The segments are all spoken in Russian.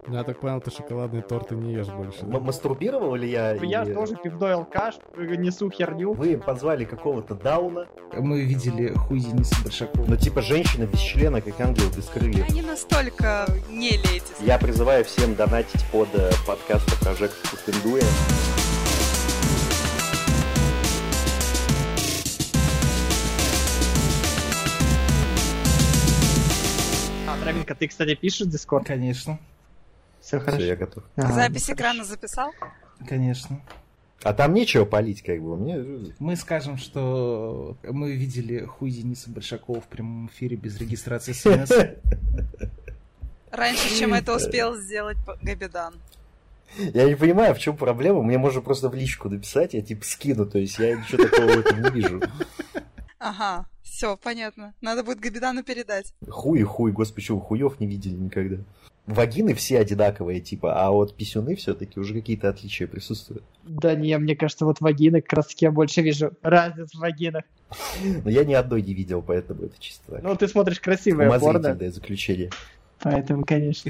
Я так понял, ты шоколадные торты не ешь больше. Да? Мастурбировал ли я? Я тоже пивной алкаш, несу херню. Вы позвали какого-то Дауна. Мы видели хуй Дениса Большакова. Ну типа женщина без члена, как ангел без крыльев. Я не настолько не лейтис. Я призываю всем донатить под подкаст «Прожектор Пуфендуя». Травинка, ты, кстати, пишешь в Discord? Конечно. Все хорошо. Все, я готов. Запись экрана записал? Конечно. А там нечего палить, как бы. Мне... Мы скажем, что мы видели хуй Дениса Большакова в прямом эфире без регистрации СМС. Раньше, чем это успел сделать Габидан. Я не понимаю, в чем проблема. Мне можно просто в личку написать, я типа скину. То есть я ничего такого в этом не вижу. Ага, все, понятно. Надо будет Габидану передать. Хуй, господи, что вы хуёв не видели никогда. Вагины все одинаковые, типа, а вот писюны все-таки уже какие-то отличия присутствуют. Да не, мне кажется, вот вагины как раз таки я больше вижу разницу в вагинах. Но я ни одной не видел, поэтому это чисто так. Ну, ты смотришь красивое порно. Умозрительное заключение. Поэтому, конечно.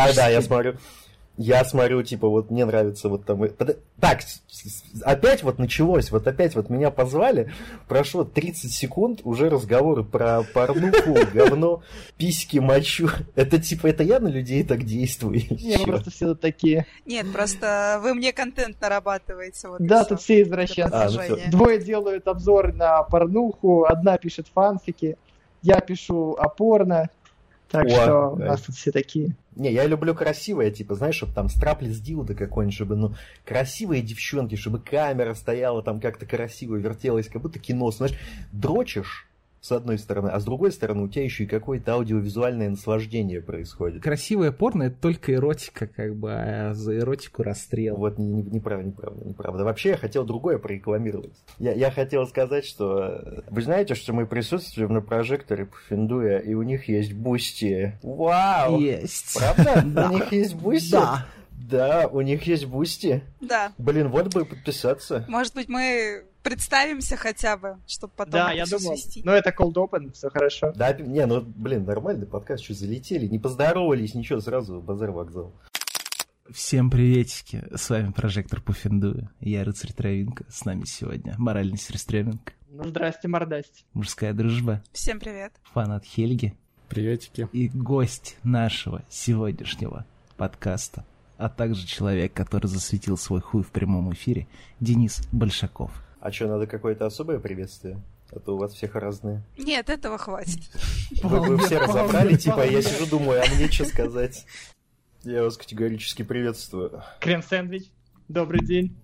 Я смотрю, типа, вот мне нравится вот там... Так, опять вот началось, вот опять вот меня позвали, прошло 30 секунд, уже разговоры про порнуху, говно, письки, мочу. Это типа, это я на людей так действую? Не, мы просто все тут такие. Нет, просто вы мне контент нарабатываете. Вот да, тут все извращенцы. Двое делают обзор на порнуху, одна пишет фанфики, я пишу о порно. Так что у нас тут все такие. Не, я люблю красивое, типа, знаешь, чтобы там страплес дилда какой-нибудь, чтобы, ну, красивые девчонки, чтобы камера стояла там как-то красиво, вертелась, как будто кино, знаешь, дрочишь, с одной стороны, а с другой стороны у тебя еще и какое-то аудиовизуальное наслаждение происходит. Красивое порно — это только эротика, как бы, а за эротику расстрел. Вот неправда. Вообще я хотел другое прорекламировать. Я хотел сказать, что вы знаете, что мы присутствуем на прожекторе Пуфендуя, и у них есть бусти. Вау! Есть. Правда? У них есть бусти? Да. Да, у них есть бусти. Да. Блин, вот бы подписаться. Может быть, мы представимся хотя бы, чтобы потом да, я думал, свести. Ну, это cold open, все хорошо. Да, не, ну, блин, нормальный подкаст, что залетели, не поздоровались, ничего, сразу базар-вокзал. Всем приветики, с вами Прожектор Пуфендуя, я рыцарь Травинка, с нами сегодня моральный стрестрёминг. Ну, здрасте, мордасти. Мужская дружба. Всем привет. Фанат Хельги. Приветики. И гость нашего сегодняшнего подкаста, а также человек, который засветил свой хуй в прямом эфире, Денис Большаков. А что, надо какое-то особое приветствие? А то у вас всех разные. Нет, этого хватит. Вы все разобрали, типа, я сижу, думаю, а мне что сказать? Я вас категорически приветствую. Крем-сэндвич, добрый день.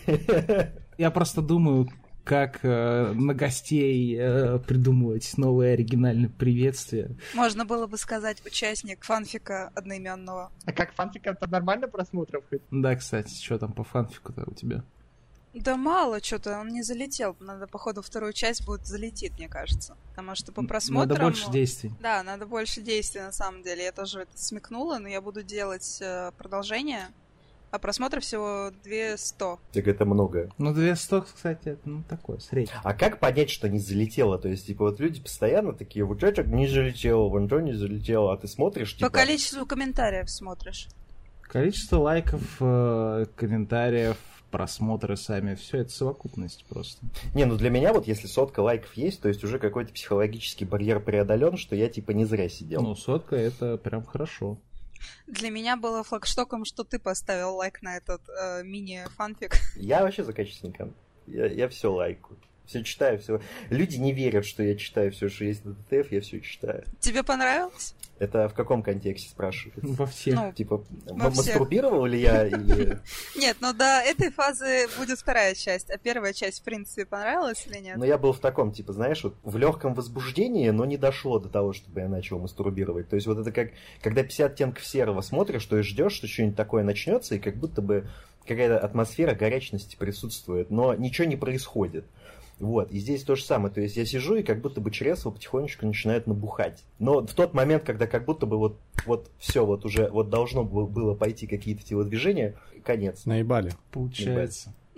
Я просто думаю, как на гостей придумывать новые оригинальные приветствия. Можно было бы сказать участник фанфика одноименного. А как фанфика-то нормально просмотров хоть? Да, кстати, что там по фанфику-то у тебя? Да мало что-то, он не залетел. Надо, походу, вторую часть будет залетит, мне кажется. Потому что по просмотрам... Надо больше действий. Да, надо больше действий, на самом деле. Я тоже это смекнула, но я буду делать продолжение. А просмотров всего 200. Так это много. Ну, 200, кстати, это ну такое, среднее. А как понять, что не залетело? То есть, типа, вот люди постоянно такие, вот это не залетело, вон то не залетело, а ты смотришь, типа... По количеству комментариев смотришь. Количество лайков, комментариев, просмотры сами, все это совокупность просто. Не, ну для меня вот если 100 лайков есть, то есть уже какой-то психологический барьер преодолен, что я типа не зря сидел. Ну, 100 это прям хорошо. Для меня было флагштоком, что ты поставил лайк на этот мини-фанфик. Я вообще закачественный контент. Я все лайкаю. Все читаю, все. Люди не верят, что я читаю все, что есть на ДТФ, я все читаю. Тебе понравилось? Это в каком контексте спрашивают? Во всех. Ну, типа, во мастурбировал ли я или... Нет, но до этой фазы будет вторая часть, а первая часть, в принципе, понравилась или нет? Ну, я был в таком, типа, знаешь, вот в легком возбуждении, но не дошло до того, чтобы я начал мастурбировать. То есть вот это как, когда 50 оттенков серого смотришь, то и ждешь, что что-нибудь такое начнется, и как будто бы какая-то атмосфера горячности присутствует, но ничего не происходит. Вот, и здесь то же самое, то есть я сижу, и как будто бы чресла потихонечку начинают набухать. Но в тот момент, когда как будто бы вот все, вот уже вот должно было пойти какие-то телодвижения, конец. Наебали. Получается.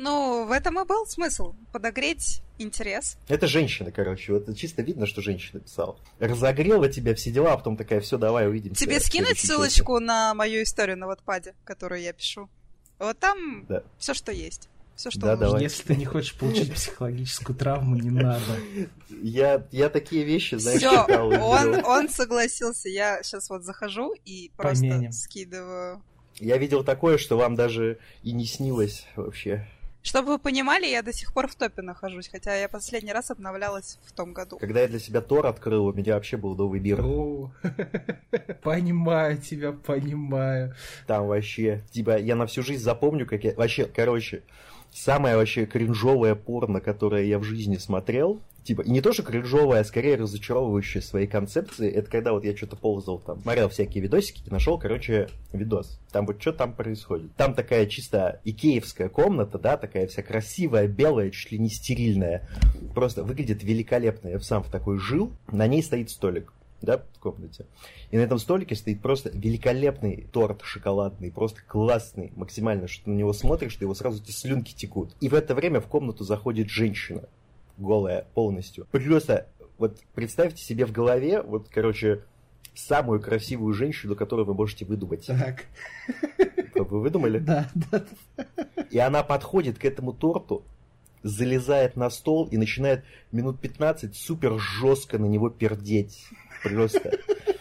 Ну, в этом и был смысл. Подогреть интерес. Это женщина, короче. Вот чисто видно, что женщина писала. Разогрела тебя, все дела, а потом такая, все, давай увидимся. Тебе скинуть ссылочку на мою историю на Wattpad, которую я пишу? Вот там все, что есть. Все, что нужно. Давай. Если ты не хочешь получить психологическую травму, не надо. Я такие вещи, знаешь, всё, читал. Он согласился. Я сейчас вот захожу и просто скидываю. Я видел такое, что вам даже и не снилось вообще. Чтобы вы понимали, я до сих пор в топе нахожусь, хотя я последний раз обновлялась в том году. Когда я для себя Тор открыл, у меня вообще был новый мир. Понимаю тебя, понимаю. Там вообще, типа, я на всю жизнь запомню, как я... Вообще, короче, самое вообще кринжовое порно, которое я в жизни смотрел, типа, и не то, что кринжовое, а скорее разочаровывающее своей концепции, это когда вот я что-то ползал там, смотрел всякие видосики, нашел, короче, видос. Там вот что там происходит. Там такая чисто икеевская комната, да, такая вся красивая, белая, чуть ли не стерильная. Просто выглядит великолепно. Я сам в такой жил. На ней стоит столик, да, в комнате. И на этом столике стоит просто великолепный торт шоколадный, просто классный, максимально, что ты на него смотришь, что его сразу эти слюнки текут. И в это время в комнату заходит женщина, голая полностью. Просто вот представьте себе в голове, вот, короче, самую красивую женщину, которую вы можете выдумать. Так. Вы выдумали? Да. И она подходит к этому торту, залезает на стол и начинает минут 15 супер жестко на него пердеть. Просто.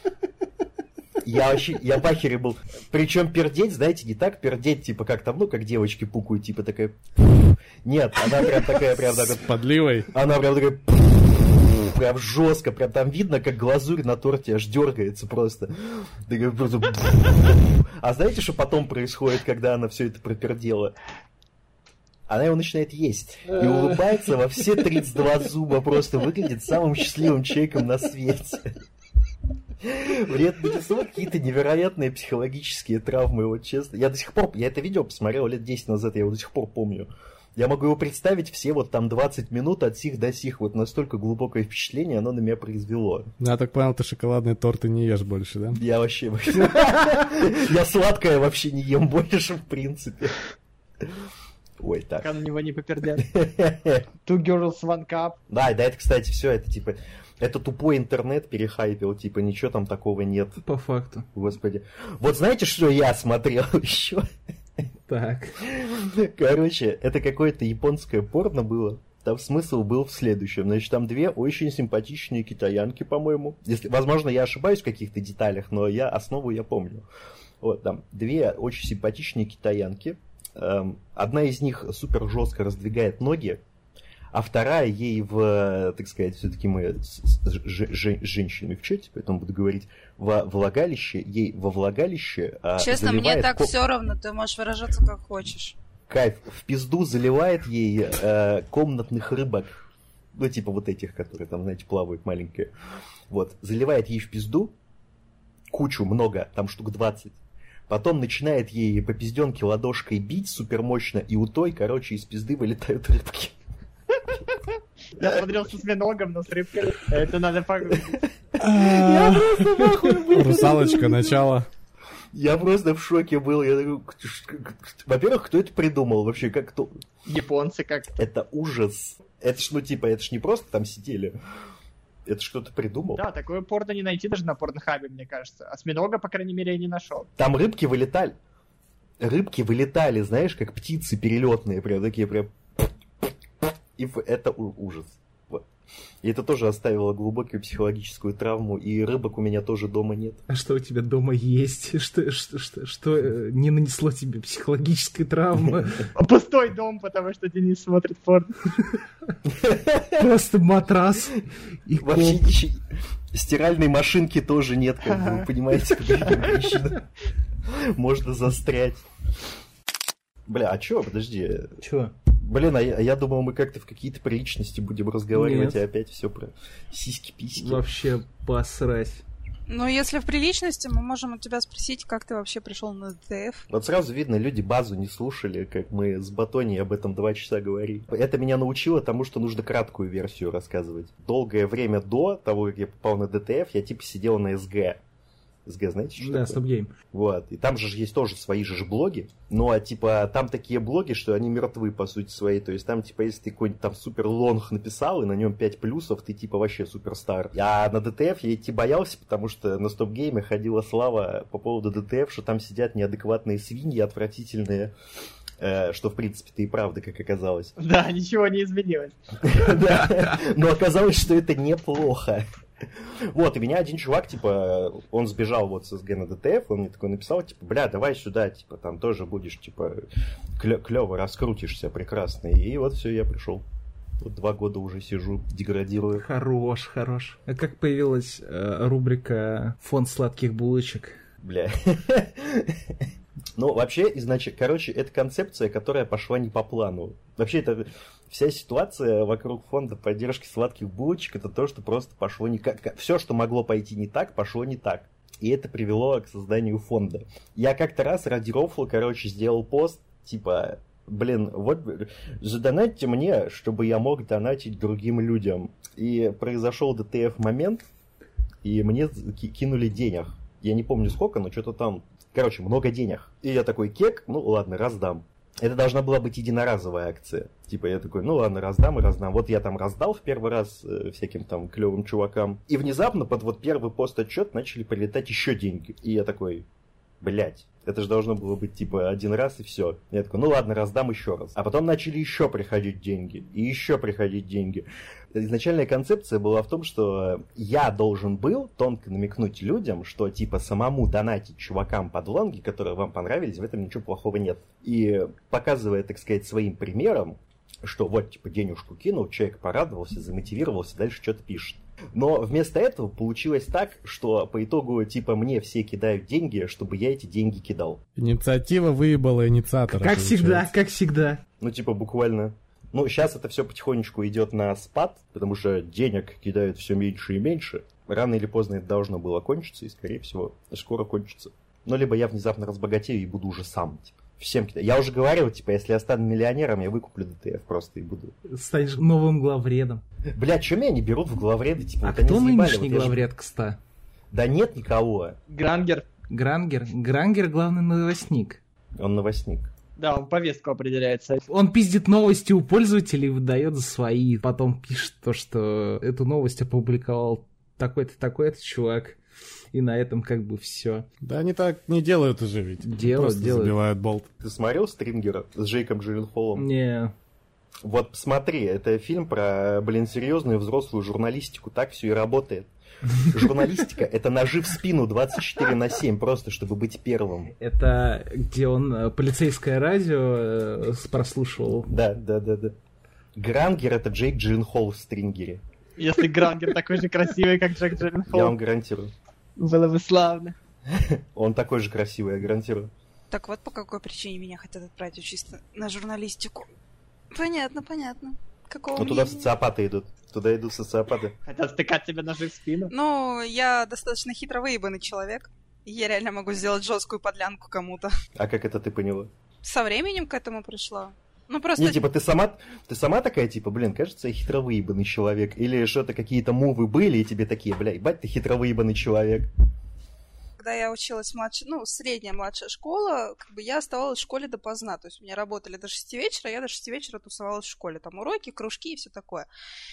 Я в ахере был. Причем пердеть, знаете, не так пердеть, типа как там, ну, как девочки пукают, типа такая... Нет, она прям такая, прям так... С подливой? Она прям такая... Прям жестко, прям там видно, как глазурь на торте аж дергается просто. А знаете, что потом происходит, когда она все это пропердела? Она его начинает есть. И улыбается во все 32 зуба. Просто выглядит самым счастливым человеком на свете. При этом несут какие-то невероятные психологические травмы, вот честно. Я это видео посмотрел лет 10 назад, я его до сих пор помню. Я могу его представить все вот там 20 минут от сих до сих. Вот настолько глубокое впечатление оно на меня произвело. Ну, я так понял, ты шоколадные торты не ешь больше, да? Я вообще... Я сладкое вообще не ем больше, в принципе. Ой, так. Пока на него не попердят. Two girls, one cup. Да, это, кстати, все, это типа... Это тупой интернет перехайпил, типа, ничего там такого нет. По факту. Господи. Вот знаете, что я смотрел еще? Так. Короче, это какое-то японское порно было. Там смысл был в следующем. Значит, там две очень симпатичные китаянки, по-моему. Возможно, я ошибаюсь в каких-то деталях, но основу я помню. Вот, там две очень симпатичные китаянки. Одна из них супер жестко раздвигает ноги, а вторая ей так сказать, все-таки мы с женщинами в чате, поэтому буду говорить, во влагалище. Честно, мне так все равно, ты можешь выражаться как хочешь. Кайф, в пизду заливает ей комнатных рыбок. Ну, типа вот этих, которые там, знаете, плавают маленькие. Вот, заливает ей в пизду кучу, много, там штук 20. Потом начинает ей по пизденке ладошкой бить супермощно, и у той, короче, из пизды вылетают рыбки. Я смотрел с осьминогом, но с рыбкой. Это надо погуглить. Я просто нахуй был. Русалочка, начало. Я просто в шоке был. Я такой... Во-первых, кто это придумал вообще? Как кто? Японцы как-то. Это ужас. Это ж, ну, типа, это ж не просто там сидели. Это ж кто-то придумал. Да, такое порно не найти даже на порнохабе, мне кажется. Осьминога, по крайней мере, я не нашел. Там рыбки вылетали. Рыбки вылетали, знаешь, как птицы перелетные. Прям такие прям... И это ужас. Вот. И это тоже оставило глубокую психологическую травму, и рыбок у меня тоже дома нет. А что у тебя дома есть? Что не нанесло тебе психологической травмы? Пустой дом, потому что Денис смотрит порно. Просто матрас и вообще ничего. Стиральной машинки тоже нет, как бы, вы понимаете, причина. Можно застрять. Бля, а чё? Подожди. Чё? Блин, а я думал, мы как-то в какие-то приличности будем разговаривать, Нет. И опять все про сиськи-письки. Вообще посрать. Ну, если в приличности, мы можем у тебя спросить, как ты вообще пришел на ДТФ. Вот сразу видно, люди базу не слушали, как мы с Батони об этом 2 часа говорили. Это меня научило тому, что нужно краткую версию рассказывать. Долгое время до того, как я попал на ДТФ, я типа сидел на СГ. СГ, знаете, что Да, такое? Subgame. Вот. И там же есть тоже свои же блоги. Ну, а типа там такие блоги, что они мертвы, по сути, своей. То есть там, типа, если ты какой-нибудь там супер лонг написал, и на нем 5 плюсов, ты типа вообще суперстар. А на DTF я идти боялся, потому что на стоп-гейме ходила слава по поводу DTF, что там сидят неадекватные свиньи, отвратительные. Что, в принципе-то и правда, как оказалось. Да, ничего не изменилось. Но оказалось, что это неплохо. Вот, и меня один чувак, типа, он сбежал вот с СГ на DTF, он мне такой написал, типа, бля, давай сюда, типа, там тоже будешь, типа, клево раскрутишься прекрасно. И вот все, я пришел. Вот 2 года уже сижу, деградирую. Хорош. А как появилась рубрика «Фонд сладких булочек»? Бля. Ну, вообще, короче, это концепция, которая пошла не по плану. Вообще, это вся ситуация вокруг фонда поддержки сладких булочек, это то, что просто пошло не как... Все, что могло пойти не так, пошло не так. И это привело к созданию фонда. Я как-то раз ради рофла, короче, сделал пост, типа... Блин, вот задонатьте мне, чтобы я мог донатить другим людям. И произошел DTF-момент, и мне кинули денег. Я не помню сколько, но что-то там... Короче, много денег. И я такой, кек, ну ладно, раздам. Это должна была быть единоразовая акция. Типа я такой, ну ладно, раздам и раздам. Вот я там раздал в первый раз всяким там клевым чувакам. И внезапно под вот первый пост-отчет начали прилетать еще деньги. И я такой, блять, это же должно было быть типа один раз и все. Я такой, ну ладно, раздам еще раз. А потом начали еще приходить деньги. И еще приходить деньги. Изначальная концепция была в том, что я должен был тонко намекнуть людям, что типа самому донатить чувакам под лонги, которые вам понравились, в этом ничего плохого нет. И показывая, так сказать, своим примером, что вот типа денежку кинул, человек порадовался, замотивировался, дальше что-то пишет. Но вместо этого получилось так, что по итогу типа мне все кидают деньги, чтобы я эти деньги кидал. Инициатива выебала инициатора. Как всегда. Ну типа буквально... Ну, сейчас это все потихонечку идет на спад, потому что денег кидают все меньше и меньше. Рано или поздно это должно было кончиться, и, скорее всего, скоро кончится. Ну, либо я внезапно разбогатею и буду уже сам, типа, всем кидать. Я уже говорил, типа, если я стану миллионером, я выкуплю DTF просто и буду. Станешь новым главредом. Бля, чё меня не берут в главреды? Типа, а кто нынешний главред, кста? Да нет никого. Грангер, главный новостник. Он новостник. Да, он повестку определяет. Он пиздит новости у пользователей, выдает за свои. Потом пишет то, что эту новость опубликовал такой-то чувак. И на этом как бы все. Да они так не делают уже ведь. Делают. Забивают болт. Ты смотрел «Стрингера» с Джейком Джилленхолом? Не. Вот посмотри, это фильм про, серьезную взрослую журналистику. Так все и работает. Журналистика — это ножи в спину 24/7, просто чтобы быть первым. Это где он полицейское радио прослушивал? Да. Грангер — это Джейк Джилленхол в «Стрингере». Если Грангер такой же красивый, как Джейк Джилленхол. Я вам гарантирую. Было бы славно. Он такой же красивый, я гарантирую. Так вот по какой причине меня хотят отправить учиться на журналистику. Понятно. Какого Ну туда социопаты идут. Туда идут социопаты. Хотят стыкать тебе ножи в спину. Ну, я достаточно хитро выебанный человек. И я реально могу сделать жесткую подлянку кому-то. А как это ты поняла? Со временем к этому пришла. Ну, просто... Не, типа, ты сама такая, типа, кажется, я хитро выебанный человек. Или что-то, какие-то мувы были, и тебе такие, ебать, ты хитро выебанный человек. Когда я училась средняя младшая школа, как бы я оставалась в школе допоздна. То есть у меня работали до 6 вечера, я до 6 вечера тусовалась в школе. Там уроки, кружки и все такое.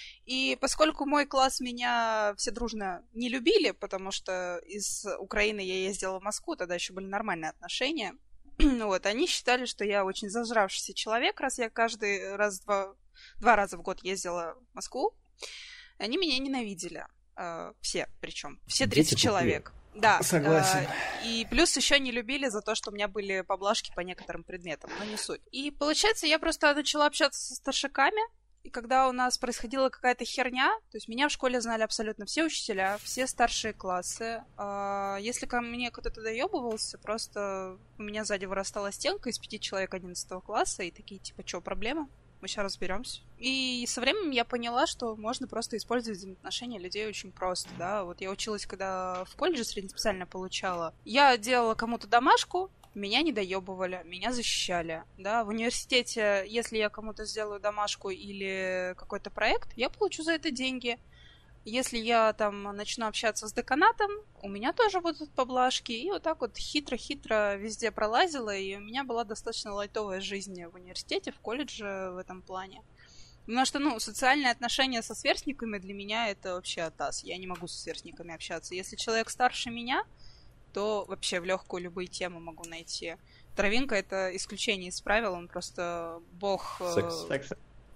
И поскольку мой класс меня все дружно не любили, потому что из Украины я ездила в Москву, тогда еще были нормальные отношения, вот, они считали, что я очень зажравшийся человек, раз я каждый раз, два раза в год ездила в Москву. Они меня ненавидели. Все, причем. Все 30 человек. Да. Согласен. И плюс еще не любили за то, что у меня были поблажки по некоторым предметам, но не суть. И получается, я просто начала общаться со старшаками, и когда у нас происходила какая-то херня, то есть меня в школе знали абсолютно все учителя, все старшие классы. Если ко мне кто-то доебывался, просто у меня сзади вырастала стенка из 5 человек 11 класса, и такие, типа, что, проблема? Мы сейчас разберемся. И со временем я поняла, что можно просто использовать взаимоотношения людей очень просто, да. Вот я училась, когда в колледже среднеспециально получала. Я делала кому-то домашку, меня не доебывали, меня защищали, да. В университете, если я кому-то сделаю домашку или какой-то проект, я получу за это деньги. Если я там начну общаться с деканатом, у меня тоже будут поблажки. И вот так вот хитро-хитро везде пролазила, и у меня была достаточно лайтовая жизнь в университете, в колледже в этом плане. Потому что, социальные отношения со сверстниками для меня это вообще атас. Я не могу со сверстниками общаться. Если человек старше меня, то вообще в легкую любые темы могу найти. Травинка — это исключение из правил, он просто бог... Секс.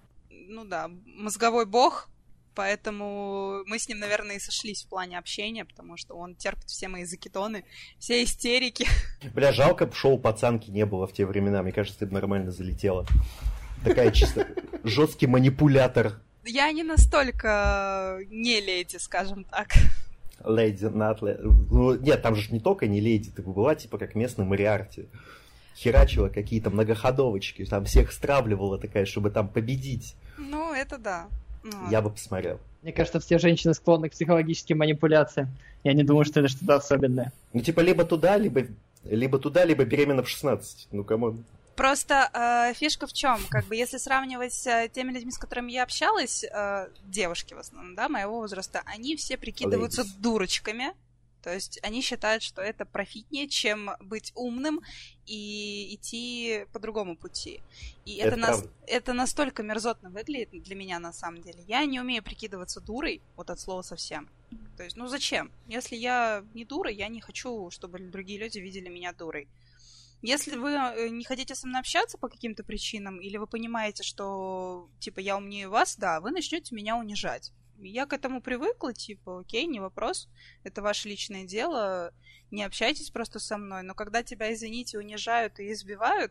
Мозговой бог, поэтому мы с ним, наверное, и сошлись в плане общения, потому что он терпит все мои закидоны, все истерики. Бля, жалко, шоу «Пацанки» не было в те времена, мне кажется, ты бы нормально залетела. Такая чисто жесткий манипулятор. Я не настолько не леди, скажем так. Леди, нет, там же не только не леди, ты бы была типа как местный Мориарти. Херачила какие-то многоходовочки, там всех стравливала такая, чтобы там победить. Это да. Я бы посмотрел. Мне кажется, все женщины склонны к психологическим манипуляциям. Я не думаю, что это что-то особенное. Либо туда, либо беременна в 16. Камон. Просто фишка в чем? Если сравнивать с теми людьми, с которыми я общалась, девушки в основном, да, моего возраста, они все прикидываются дурочками. То есть они считают, что это профитнее, чем быть умным и идти по другому пути. И это настолько мерзотно выглядит для меня на самом деле. Я не умею прикидываться дурой, вот от слова совсем. То есть, зачем? Если я не дура, я не хочу, чтобы другие люди видели меня дурой. Если вы не хотите со мной общаться по каким-то причинам, или вы понимаете, что, я умнее вас, да, вы начнете меня унижать. Я к этому привыкла, окей, не вопрос, это ваше личное дело, не общайтесь просто со мной. Но когда тебя, извините, унижают и избивают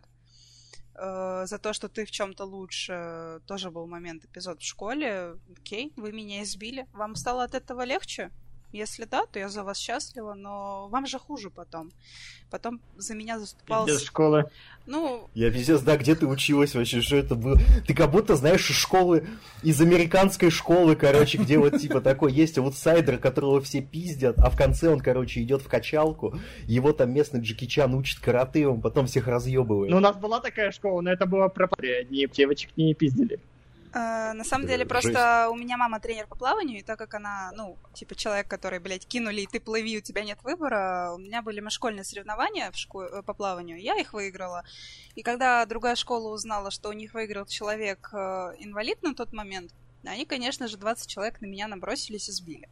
за то, что ты в чем-то лучше, тоже был эпизод в школе, окей, вы меня избили, вам стало от этого легче? Если да, то я за вас счастлива, но вам же хуже потом. Потом за меня заступал... Из школы. Я пиздец, да, где ты училась вообще, что это было? Ты как будто, знаешь, из школы, из американской школы, где такой есть аутсайдер, которого все пиздят, а в конце он, идет в качалку, его там местный Джеки Чан учит карате, он потом всех разъебывает. У нас была такая школа, но это было пропаганда, девочек не пиздили. На самом деле, просто у меня мама тренер по плаванию, и так как она, человек, который, кинули, и ты плыви, у тебя нет выбора, у меня были школьные соревнования по плаванию, я их выиграла. И когда другая школа узнала, что у них выиграл человек инвалид на тот момент, они, конечно же, 20 человек на меня набросились и сбили.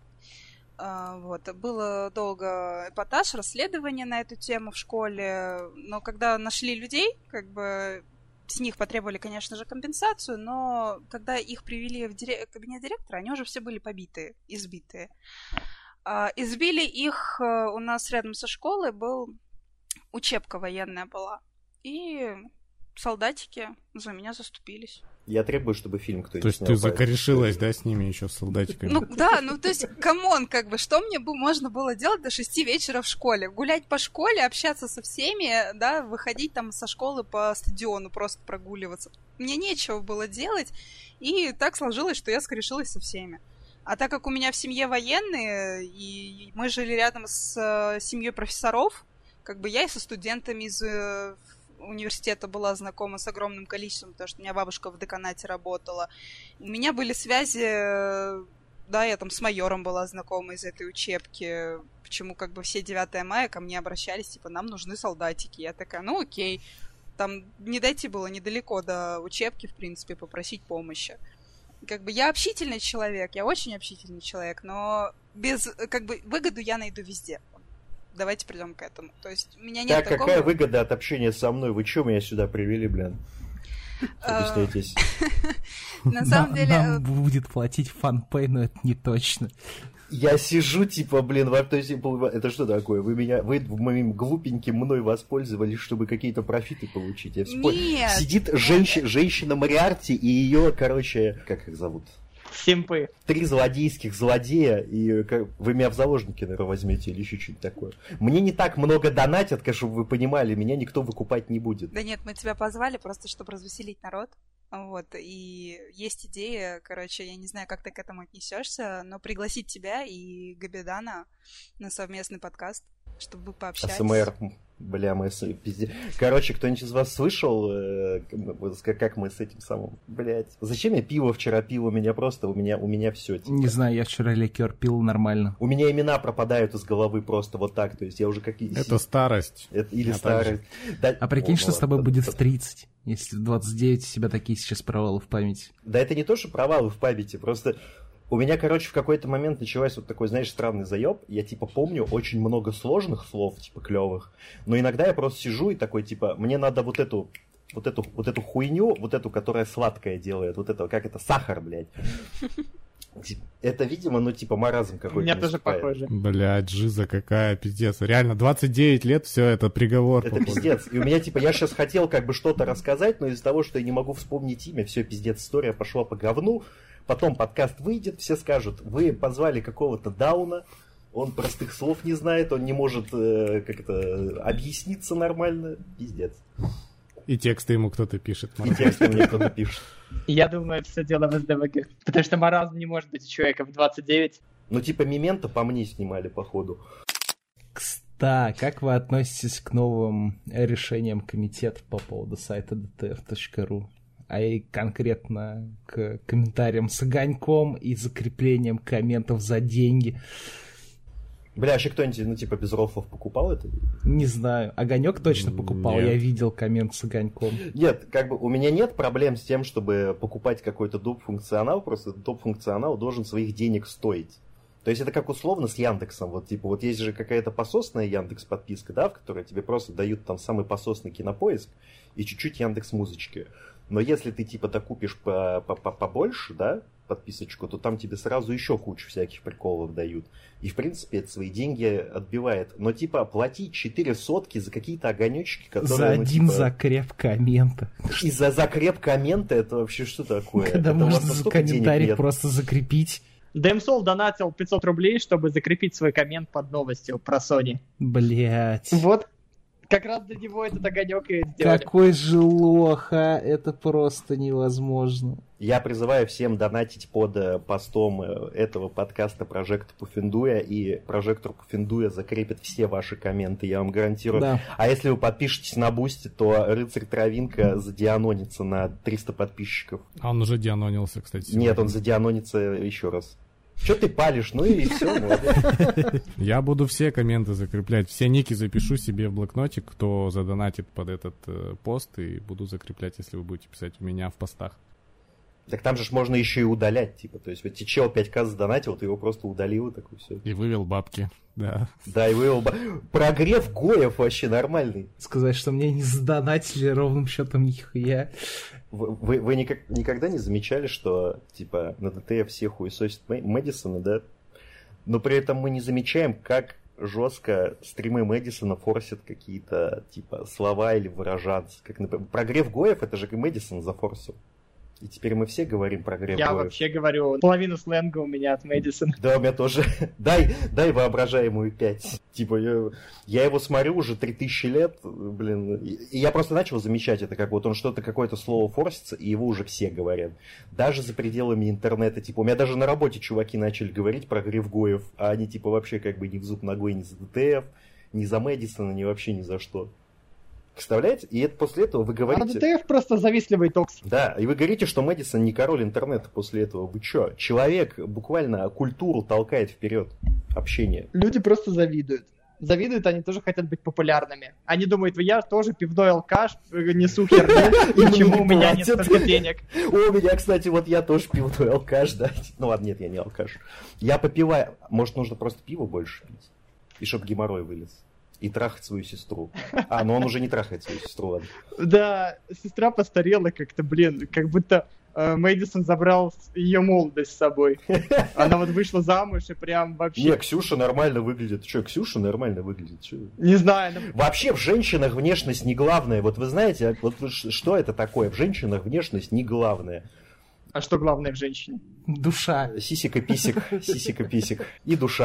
Было долго эпатаж, расследование на эту тему в школе, но когда нашли людей, с них потребовали, конечно же, компенсацию, но когда их привели в кабинет директора, они уже все были побитые, избитые. Избили их у нас рядом со школой, учебка военная была, и солдатики за меня заступились. Я требую, чтобы фильм кто-нибудь снял. То есть ты закорешилась, да, с ними еще, с солдатиками? То есть, камон, что мне можно было делать до 6 вечера в школе? Гулять по школе, общаться со всеми, да, выходить там со школы по стадиону, просто прогуливаться. Мне нечего было делать, и так сложилось, что я скорешилась со всеми. А так как у меня в семье военные, и мы жили рядом с семьей профессоров, я и со студентами из университета была знакома с огромным количеством, потому что у меня бабушка в деканате работала. У меня были связи, да, я там с майором была знакома из этой учебки, почему все 9 мая ко мне обращались, нам нужны солдатики. Я такая, окей. Там не дойти было недалеко до учебки, в принципе, попросить помощи. Я общительный человек, я очень общительный человек, но выгоду я найду везде. Давайте придем к этому. То есть у меня нет такого... какая выгода от общения со мной? Вы что меня сюда привели, блин? Объясняйтесь. На самом деле... Нам будет платить фанпэй, но это не точно. Я сижу, это что такое? Вы моим глупеньким мной воспользовались, чтобы какие-то профиты получить. Нет! Сидит женщина Мориарти и ее, как их зовут? Симпы. 3 злодейских злодея, и вы меня в заложники, наверное, возьмете или еще что-нибудь такое. Мне не так много донатят, чтобы вы понимали, меня никто выкупать не будет. Да нет, мы тебя позвали просто, чтобы развеселить народ. Вот, и есть идея, короче, я не знаю, как ты к этому отнесешься, но пригласить тебя и Габидана на совместный подкаст, чтобы вы пообщались. АСМР, бля, мы пиздец. Короче, кто-нибудь из вас слышал, как мы с этим самым, блядь, зачем я пиво вчера пил? У меня все. Типа. Не знаю, я вчера ликер пил нормально. У меня имена пропадают из головы просто вот так, то есть я уже какие-то... Это старость. Или старость. Да... А прикинь, что с тобой будет в 30, если в 29 у тебя такие сейчас провалы в памяти. Да это не то, что провалы в памяти, просто... У меня, короче, в какой-то момент началась вот такой, знаешь, странный заеб. Я, типа, помню очень много сложных слов, типа, клевых. Но иногда я просто сижу и такой, типа, мне надо вот эту хуйню, вот эту, которая сладкая делает, вот это, как это, сахар, блядь. Это, видимо, ну, типа, маразм какой-то. У меня тоже похоже. Блядь, жиза какая, пиздец. Реально, 29 лет, все, это приговор. Это пиздец. И у меня, типа, я сейчас хотел как бы что-то рассказать, но из-за того, что я не могу вспомнить имя, все, пиздец, история пошла по говну. Потом подкаст выйдет, все скажут, вы позвали какого-то Дауна, он простых слов не знает, он не может как-то объясниться нормально. Пиздец. И тексты ему кто-то пишет. И тексты мне кто-то пишет. Я думаю, все дело в СДВГ. Потому что маразм не может быть у человека в 29. Ну, типа, Мементо по мне снимали, походу. Кстати, как вы относитесь к новым решениям комитета по поводу сайта dtf.ru? А и конкретно к комментариям с огоньком и закреплением комментов за деньги. Бля, вообще кто-нибудь, ну, типа, без рофлов покупал это? Не знаю. Огонек точно покупал, нет. Я видел коммент с огоньком. Нет, как бы у меня нет проблем с тем, чтобы покупать какой-то доп-функционал, просто доп-функционал должен своих денег стоить. То есть это как условно с Яндексом. Вот, типа, вот есть же какая-то пососная Яндекс подписка, да, в которой тебе просто дают там самый пососный Кинопоиск и чуть-чуть Яндекс.Музычки. Но если ты, типа, докупишь побольше, да, подписочку, то там тебе сразу еще кучу всяких приколов дают. И, в принципе, это свои деньги отбивает. Но, типа, платить 4 сотки за какие-то огонечки, которые... За один типа... закреп коммента. И за закреп коммента это вообще что такое? Когда это можно за комментарий просто закрепить. Дэмсол донатил 500 рублей, чтобы закрепить свой коммент под новостью про Sony. Блять. Вот. Как раз для него этот огонек и сделали. Какой же лох, а? Это просто невозможно. Я призываю всем донатить под постом этого подкаста Прожектор Пуффендуя, и Прожектор Пуффендуя закрепит все ваши комменты, я вам гарантирую. Да. А если вы подпишетесь на Бусти, то Рыцарь Травинка задианонится на 300 подписчиков. А он уже дианонился, кстати. Сегодня. Нет, он задианонится еще раз. Че ты палишь? Ну и все, молодец. Я буду все комменты закреплять. Все ники запишу себе в блокнотик, кто задонатит под этот пост, и буду закреплять, если вы будете писать у меня в постах. Так там же можно еще и удалять, типа. То есть вот чел 5К задонатил, ты его просто удалил, и такой все. И вывел бабки, да. Да, и вывел бабки. Прогрев Гоев вообще нормальный. Сказать, что мне не задонатили ровным счетом нихуя. Вы никогда не замечали, что, типа, на ДТФ все хуесосят Мэдисона, да? Но при этом мы не замечаем, как жестко стримы Мэдисона форсят какие-то, типа, слова или выражаться. Как, например, прогрев Гоев, это же и Мэдисон зафорсил. И теперь мы все говорим про Греб. Я вообще говорю, половину сленга у меня от Мэдисона. Да, у меня тоже. Дай воображаемую 5. Типа, я его смотрю уже 3000 лет, блин. И я просто начал замечать это, как вот он что-то, какое-то слово форсится, и его уже все говорят. Даже за пределами интернета. Типа, у меня даже на работе чуваки начали говорить про Гревгоев, а они, типа, вообще как бы ни в зуб ногой ни за ДТФ, ни за Мэдисона, ни вообще ни за что. Представляете? И это после этого вы говорите... А ДТФ просто завистливый токс. Да, и вы говорите, что Мэдисон не король интернета после этого. Вы чё? Человек буквально культуру толкает вперед. Общение. Люди просто завидуют. Завидуют, они тоже хотят быть популярными. Они думают, я тоже пивной алкаш, несу херню, и почему у меня нет столько денег. У меня, кстати, вот я тоже пивной алкаш, да. Ну ладно, нет, я не алкаш. Я попиваю. Может, нужно просто пиво больше пить? И чтоб геморрой вылез. И трахать свою сестру. А, но он уже не трахает свою сестру, ладно. Да, сестра постарела как-то, блин, как будто Мэдисон забрал ее молодость с собой. Она вот вышла замуж и прям вообще... Не, Ксюша нормально выглядит. Че, Ксюша нормально выглядит? Че? Не знаю. Вообще в женщинах внешность не главное. Вот вы знаете, вот что это такое? В женщинах внешность не главное. А что главное в женщине? Душа. Сисика-писик, сисика-писик. И душа.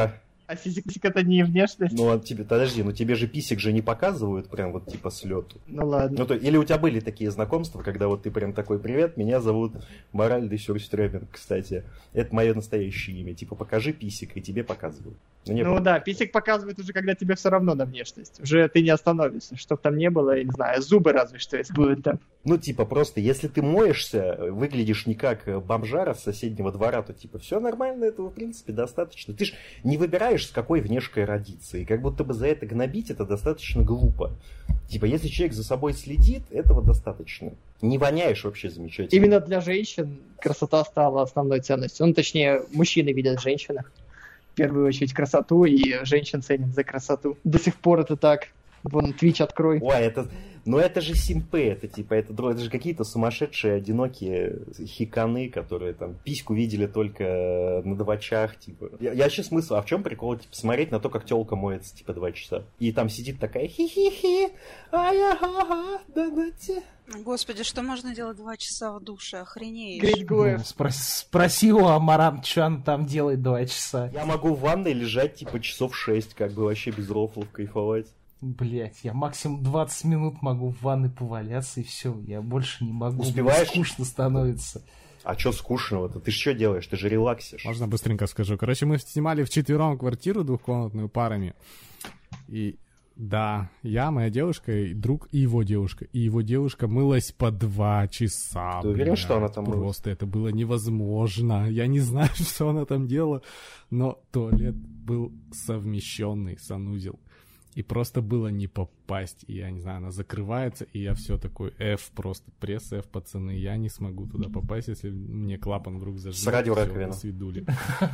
А писик это не внешность? Ну, подожди, тебе же писик же не показывают прям вот типа с лету. Ну ладно. Или у тебя были такие знакомства, когда вот ты прям такой: привет, меня зовут Мораль де Сюрстрёминг, кстати. Это мое настоящее имя. Типа, покажи писик, и тебе показывают. Да, писик показывает уже, когда тебе все равно на внешность. Уже ты не остановишься, чтоб там не было, я не знаю, зубы разве что если будет там. Ну, типа, просто, если ты моешься, выглядишь не как бомжара с соседнего двора, то, типа, все нормально, этого, в принципе, достаточно. Ты ж не выбираешь, с какой внешкой родиться, и как будто бы за это гнобить, это достаточно глупо. Типа, если человек за собой следит, этого достаточно. Не воняешь вообще замечательно. Именно для женщин красота стала основной ценностью. Ну, точнее, мужчины видят в женщинах в первую очередь красоту, и женщин ценят за красоту. До сих пор это так. Вон, Twitch открой. Ой, это же симпы, это же какие-то сумасшедшие, одинокие хиканы, которые там письку видели только на 2 часа, типа. Я вообще смысл, а в чем прикол, типа, смотреть на то, как тёлка моется, типа, 2 часа. И там сидит такая хи-хи-хи, ай-ага, да-да-те. Господи, что можно делать 2 часа в душе? Охренеешь. Спроси у Амаран, что он там делает 2 часа. Я могу в ванной лежать, типа, часов 6, как бы вообще без рофлов кайфовать. Блять, я максимум 20 минут могу в ванной поваляться, и все, я больше не могу. Успеваешь? Скучно становится. А что скучного-то? Ты что делаешь? Ты же релаксишь. Можно быстренько скажу. Короче, мы снимали вчетвером квартиру двухкомнатную парами. И да, я, моя девушка, и друг, и его девушка. И его девушка мылась по 2 часа. Ты уверен, что она там мылась? Просто это было невозможно. Я не знаю, что она там делала, но туалет был совмещенный, санузел. И просто было не попасть. И я не знаю, она закрывается, и я все такой F, просто пресс F, пацаны. Я не смогу туда попасть, если мне клапан вдруг зажмет. С радиораковина. Свидули.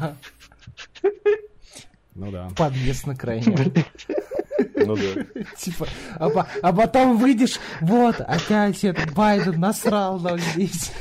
Ну да. Подъезд на крайне. Ну да. Типа, а потом выйдешь, вот, опять этот Байден насрал нам здесь.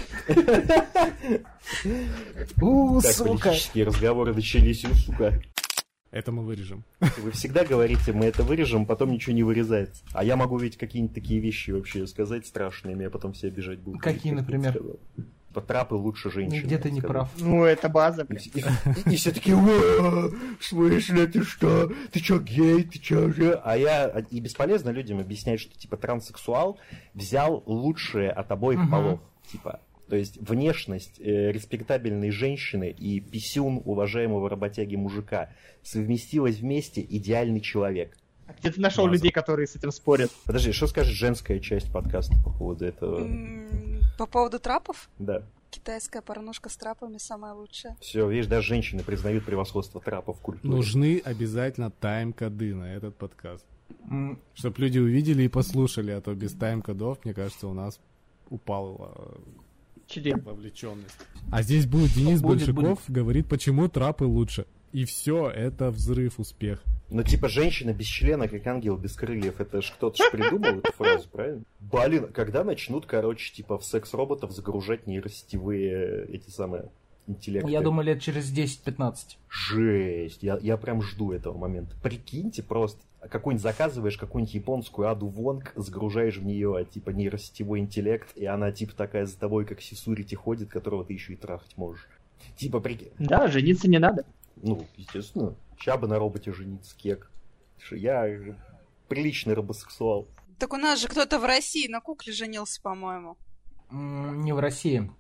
Сука. Политические разговоры начались, сука. Это мы вырежем. Вы всегда говорите, мы это вырежем, потом ничего не вырезается. А я могу ведь какие-нибудь такие вещи вообще сказать страшные, меня потом все обижать будут. Какие, например? Трапы лучше женщин. Где ты не прав. Ну, это база. И все такие: в смысле, ты что? Ты что, гей? Ты что же? А я... И бесполезно людям объяснять, что, типа, транссексуал взял лучшее от обоих полов. Типа... То есть внешность респектабельной женщины и писюн уважаемого работяги-мужика совместилась вместе идеальный человек. А где ты нашел людей, которые с этим спорят? Подожди, что скажет женская часть подкаста по поводу этого? По поводу трапов? Да. Китайская порнушка с трапами самая лучшая. Все, видишь, даже женщины признают превосходство трапов в культуре. Нужны обязательно тайм-коды на этот подкаст. Чтоб люди увидели и послушали, а то без тайм-кодов, мне кажется, у нас упала вовлеченность. А здесь будет Денис Большаков, говорит, почему трапы лучше. И все, это взрыв, успех. Ну, типа, женщина без члена, как ангел без крыльев. Это ж кто-то ж придумал эту фразу, правильно? Блин, когда начнут, короче, типа, в секс-роботов загружать нейросетевые эти самые интеллекты? Я думаю, лет через 10-15. Жесть, я прям жду этого момента. Прикиньте просто, какую-нибудь заказываешь, какую-нибудь японскую Аду Вонг, загружаешь в нее, типа, нейросетевой интеллект, и она, типа, такая за тобой, как Сисурити ходит, которого ты еще и трахать можешь. Типа, прикинь. Да, жениться не надо. Ну, естественно. Ща бы на роботе жениться, кек. Я приличный робосексуал. Так у нас же кто-то в России на кукле женился, по-моему. Не в России.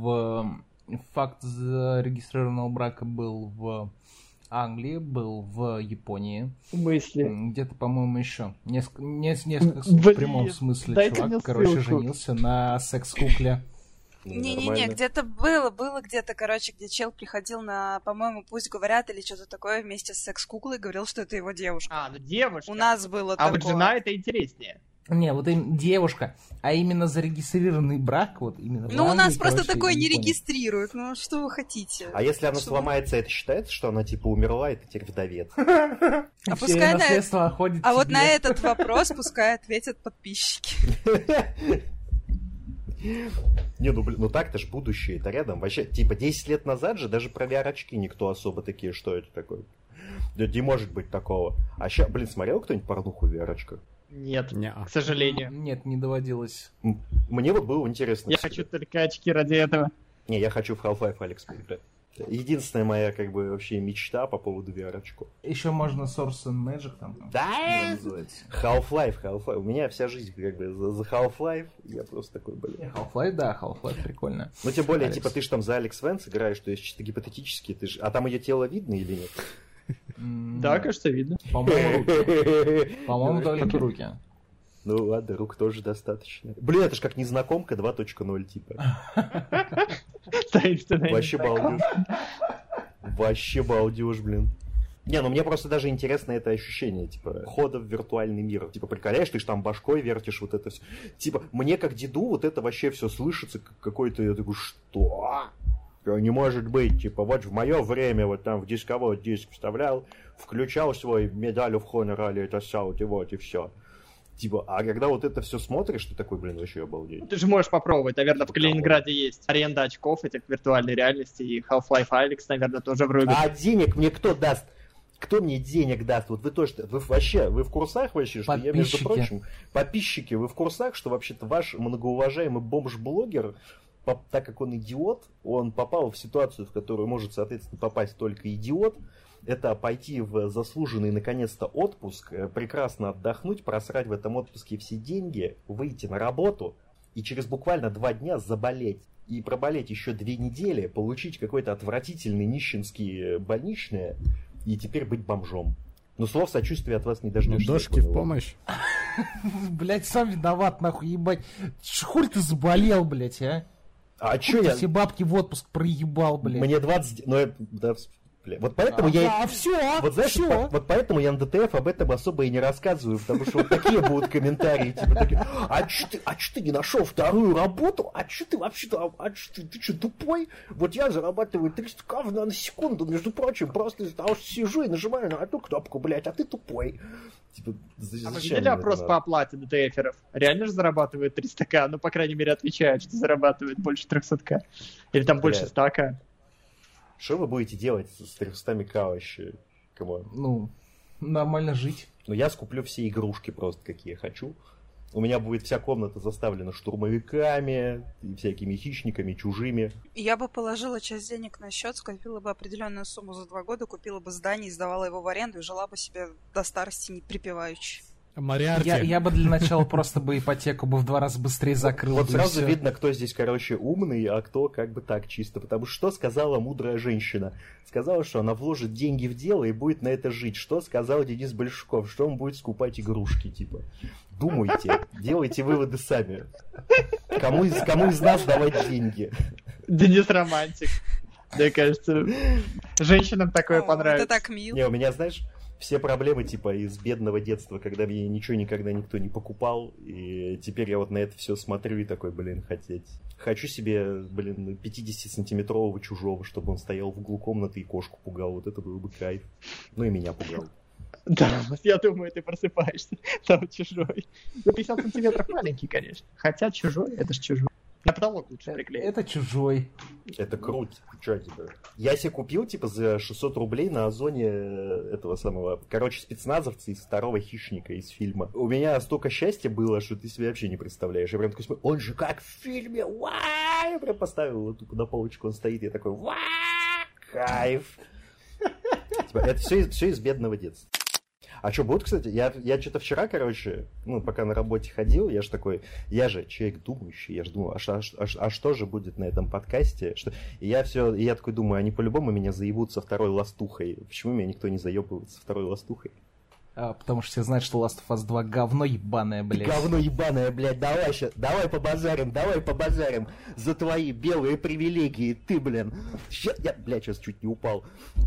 Факт зарегистрированного брака был в Англии, был в Японии. В смысле? Где-то, по-моему, еще. Несколько в прямом смысле чувак, короче, женился на секс-кукле. Не-не-не, где-то было где-то, короче, где чел приходил на, по-моему, пусть говорят, или что-то такое, вместе с секс-куклой, говорил, что это его девушка. А, ну девушка. У нас было такое. А вот жена это интереснее. Не, вот девушка, а именно зарегистрированный брак, вот именно. Ну, у нас просто такое не регистрируют, ну что вы хотите? А если она сломается, это считается, что она типа умерла, и ты теперь вдовец? А пускай А вот на этот вопрос пускай ответят подписчики. Не, ну, блин, ну так-то ж будущее, это рядом. Вообще, типа, 10 лет назад же даже про VR-очки никто особо такие, что это такое? Да не может быть такого. А ща, блин, смотрел кто-нибудь порнуху в VR-очках? Нет, к сожалению. Нет, не доводилось. Мне вот было интересно. Я хочу только очки ради этого. Не, я хочу в Half-Life Алекс поиграть. Единственная моя, как бы, вообще мечта по поводу VR-очков. Еще можно Source and Magic там. Да! Half-Life. У меня вся жизнь, как бы, за Half-Life. Я просто такой, блин. Half-Life, да, Half-Life прикольно. Ну, тем более, типа, ты ж там за Алекс Венс играешь, то есть чисто гипотетически, ты ж... А там ее тело видно или нет? Да, кажется, видно. По-моему, руки. По-моему, только руки. Ну ладно, рук тоже достаточно. Блин, это ж как незнакомка 2.0, типа. Вообще балдеж. Вообще балдеж, блин. Не, ну мне просто даже интересно это ощущение, типа, хода в виртуальный мир. Типа, приколяешь, ты ж там башкой вертишь вот это все. Типа, мне как деду вот это вообще все слышится, как какой-то, я такой, что? Не может быть, типа, вот в мое время, вот там в дисковой диск вставлял, включал свой медаль of Honor, или это саут, и вот, и все. Типа, а когда вот это все смотришь, ты такой, блин, вообще обалдеть. Ты же можешь попробовать. Наверное, в Калининграде есть аренда очков этих виртуальной реальности, и Half-Life Alyx, наверное, тоже в Руби. А денег мне кто даст? Кто мне денег даст? Вот вы тоже, вы в курсах вообще, что я, между прочим, подписчики, вы в курсах, что вообще-то ваш многоуважаемый бомж-блогер, так как он идиот, он попал в ситуацию, в которую может, соответственно, попасть только идиот. Это пойти в заслуженный, наконец-то, отпуск, прекрасно отдохнуть, просрать в этом отпуске все деньги, выйти на работу и через буквально 2 дня заболеть. И проболеть еще 2 недели, получить какой-то отвратительный нищенский больничное и теперь быть бомжом. Но слов сочувствия от вас не дождешься. Дошки в помощь. Блять, сам виноват, нахуй, ебать. Хуль ты заболел, блять, а? А чё я... Все бабки в отпуск проебал, блять. Мне 20... Ну, да, вот поэтому я... Вот знаешь, вот поэтому я на ДТФ об этом особо и не рассказываю, потому что вот такие будут комментарии, типа такие, а чё ты не нашел вторую работу? А чё ты вообще-то, ты чё, тупой? Вот я зарабатываю 300 кавна на секунду, между прочим, просто из-за того, что сижу и нажимаю на одну кнопку, блядь, а ты тупой. Типа, а мы видели опрос по оплате ДТФеров? Реально же зарабатывают 300к? Ну, по крайней мере, отвечают, что зарабатывают больше 300к. Или там больше 100к. Что вы будете делать с 300к вообще? Камон. Ну, нормально жить. Ну, я скуплю все игрушки просто, какие хочу. У меня будет вся комната заставлена штурмовиками, и всякими хищниками, чужими. Я бы положила часть денег на счет, скопила бы определенную сумму за 2 года, купила бы здание, сдавала его в аренду и жила бы себе до старости не припеваючи. Я бы для начала просто бы ипотеку бы в 2 раза быстрее закрыл. Вот сразу видно, кто здесь, короче, умный, а кто как бы так чисто. Потому что сказала мудрая женщина? Сказала, что она вложит деньги в дело и будет на это жить. Что сказал Денис Большаков? Что он будет скупать игрушки, типа. Думайте, делайте выводы сами. Кому из нас давать деньги? Денис романтик. Мне кажется, женщинам такое понравится. Это так мило. Не, у меня, знаешь... Все проблемы, типа, из бедного детства, когда мне ничего никогда никто не покупал, и теперь я вот на это все смотрю и такой, блин, хотеть. Хочу себе, блин, 50-сантиметрового чужого, чтобы он стоял в углу комнаты и кошку пугал, вот это был бы кайф. Ну и меня пугал. Да, я думаю, ты просыпаешься, там чужой. На 50 сантиметров маленький, конечно. Хотя чужой, это ж чужой. На потолок лучше приклеить. Это чужой. Это круто. Чё, типа? Я себе купил, типа, за 600 рублей на Озоне этого самого... Короче, спецназовцы из второго хищника из фильма. У меня столько счастья было, что ты себе вообще не представляешь. Я прям такой, он же как в фильме, я прям поставил его тупо на полочку, он стоит, я такой, кайф. Типа, это все из бедного детства. А что, будет, кстати, я что-то вчера, короче, ну, пока на работе ходил, я же человек думающий, я же думал, а что же будет на этом подкасте? И я такой думаю, они по-любому меня заебут со второй ластухой. Почему меня никто не заебывает со второй ластухой? Потому что все знают, что Last of Us 2 говно ебаное, блядь. Говно ебаное, блядь, давай побазарим за твои белые привилегии, ты, блин. Я, блядь, сейчас чуть не упал.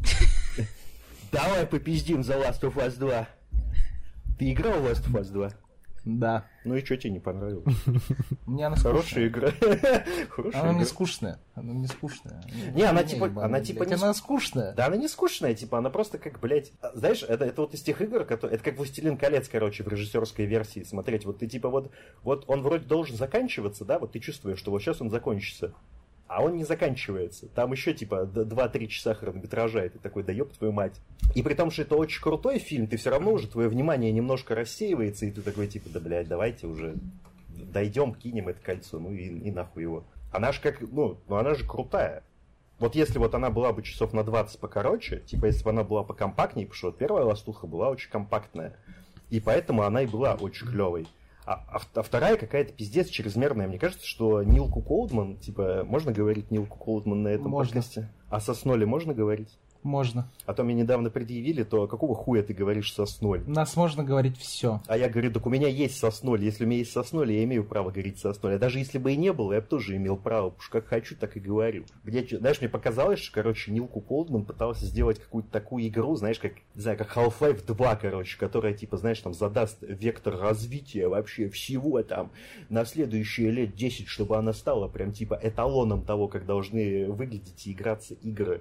Давай попиздим за Last of Us 2. Ты играл в Last of Us 2? Да. Ну и что тебе не понравилось? Мне она хорошая игра. Она не скучная. Не, она типа не... Она скучная. Да, она не скучная, типа, она просто как, блядь... Знаешь, это вот из тех игр, это как «Властелин колец», короче, в режиссерской версии смотреть. Вот ты типа вот он вроде должен заканчиваться, да, вот ты чувствуешь, что вот сейчас он закончится. А он не заканчивается. Там еще, типа, 2-3 часа хронометража, и ты такой, да ёб твою мать. И при том, что это очень крутой фильм, ты все равно уже, твое внимание немножко рассеивается, и ты такой, типа, да, блядь, давайте уже дойдем, кинем это кольцо, ну и нахуй его. Она же как, она же крутая. Вот если вот она была бы часов на 20 покороче, типа если бы она была покомпактнее, потому что вот первая «Ластуха» была очень компактная, и поэтому она и была очень клевой. А вторая какая-то пиздец чрезмерная. Мне кажется, что Нилку Коудман, типа, можно говорить Нилку Коудман на этом подкасте? А со Сноли можно говорить? Можно. А то мне недавно предъявили, то какого хуя ты говоришь Сосноль? У нас можно говорить все. А я говорю, так у меня есть Сосноль. Если у меня есть Сосноль, я имею право говорить Сосноль. А даже если бы и не было, я бы тоже имел право. Потому что как хочу, так и говорю. Знаешь, мне показалось, что, короче, Нилку Колдман пытался сделать какую-то такую игру, знаешь, как, не знаю, как Half-Life 2, короче, которая, типа, знаешь, там задаст вектор развития вообще всего там на следующие лет 10, чтобы она стала прям, типа, эталоном того, как должны выглядеть и играться игры.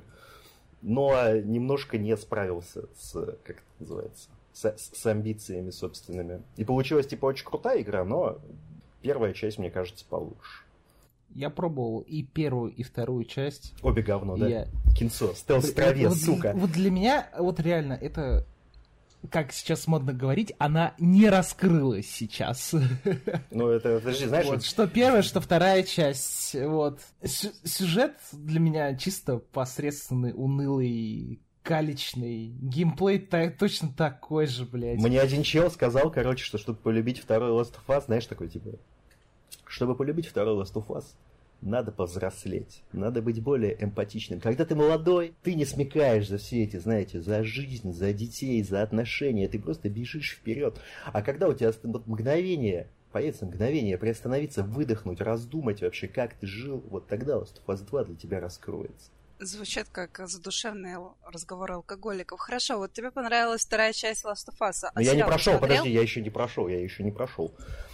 Но немножко не справился с, как это называется, с амбициями собственными. И получилась, типа, очень крутая игра, но первая часть, мне кажется, получше. Я пробовал и первую, и вторую часть. Обе говно, да? Кинцо, стелс в траве, сука. Вот для меня, вот реально, это, как сейчас модно говорить, она не раскрылась сейчас. Ну, это, подожди, знаешь... Вот, что первая, что вторая часть, вот. Сюжет для меня чисто посредственный, унылый, калечный. Геймплей точно такой же, блядь. Мне один чел сказал, короче, что чтобы полюбить второй Last of Us, знаешь, такой, типа... Чтобы полюбить второй Last of Us, надо повзрослеть, надо быть более эмпатичным. Когда ты молодой, ты не смекаешь за все эти, знаете, за жизнь, за детей, за отношения, ты просто бежишь вперед. А когда у тебя мгновение, появится мгновение приостановиться, выдохнуть, раздумать вообще, как ты жил, вот тогда Last of Us 2 для тебя раскроется. Звучит как задушевные разговоры алкоголиков. Хорошо, вот тебе понравилась вторая часть Last of Us. Но я не прошел, подожди, я еще не прошел.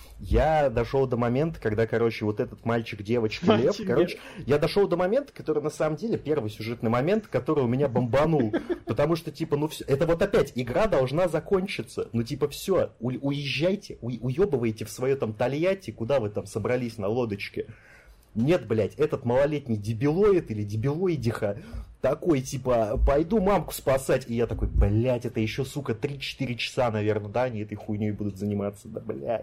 Я дошел до момента, когда, короче, вот этот мальчик, девочка, лев, короче, я дошел до момента, который на самом деле первый сюжетный момент, который у меня бомбанул. Потому что, типа, ну все, это вот опять, игра должна закончиться. Ну, типа, все, уезжайте, уебывайте в свое там Тольятти, куда вы там собрались на лодочке. Нет, блядь, этот малолетний дебилоид или дебилоидиха такой, типа, пойду мамку спасать. И я такой, блядь, это еще, сука, 3-4 часа, наверное, да, они этой хуйней будут заниматься, да, блядь.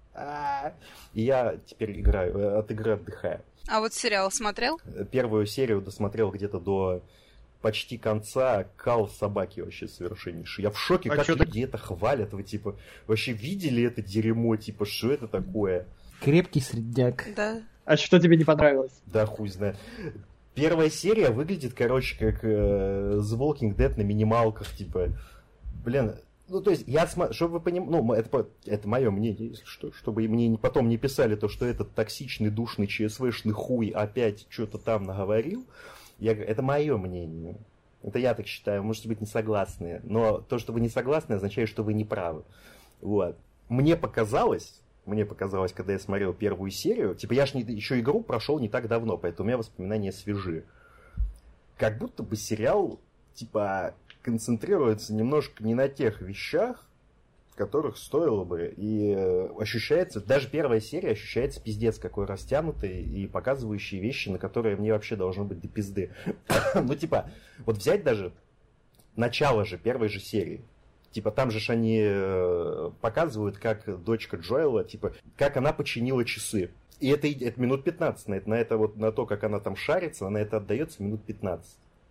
И я теперь играю, от игры отдыхаю. А вот сериал смотрел? Первую серию досмотрел где-то до почти конца. Кал собаки вообще совершеннейший. Я в шоке, как люди это хвалят. Вы, типа, вообще видели это дерьмо? Типа, что это такое? Крепкий средняк. Да. А что тебе не понравилось? Да хуй знает. Первая серия выглядит, короче, как The Walking Dead на минималках, типа. Блин, ну, то есть, я смотрю, чтобы вы понимали, ну, это мое мнение, если что, чтобы мне потом не писали то, что этот токсичный, душный, ЧСВшный хуй опять что-то там наговорил. Я говорю, это мое мнение. Это я так считаю, можете быть не согласны. Но то, что вы не согласны, означает, что вы не правы. Вот. Мне показалось, когда я смотрел первую серию, типа, я ж еще игру прошел не так давно, поэтому у меня воспоминания свежи. Как будто бы сериал, типа, концентрируется немножко не на тех вещах, которых стоило бы. И ощущается, даже первая серия ощущается пиздец какой растянутый и показывающий вещи, на которые мне вообще должно быть до пизды. Ну, типа, вот взять даже начало же первой же серии. Типа, там же они показывают, как дочка Джоэла, типа, как она починила часы. И это минут 15 на это вот, на то, как она там шарится, на это отдается минут 15.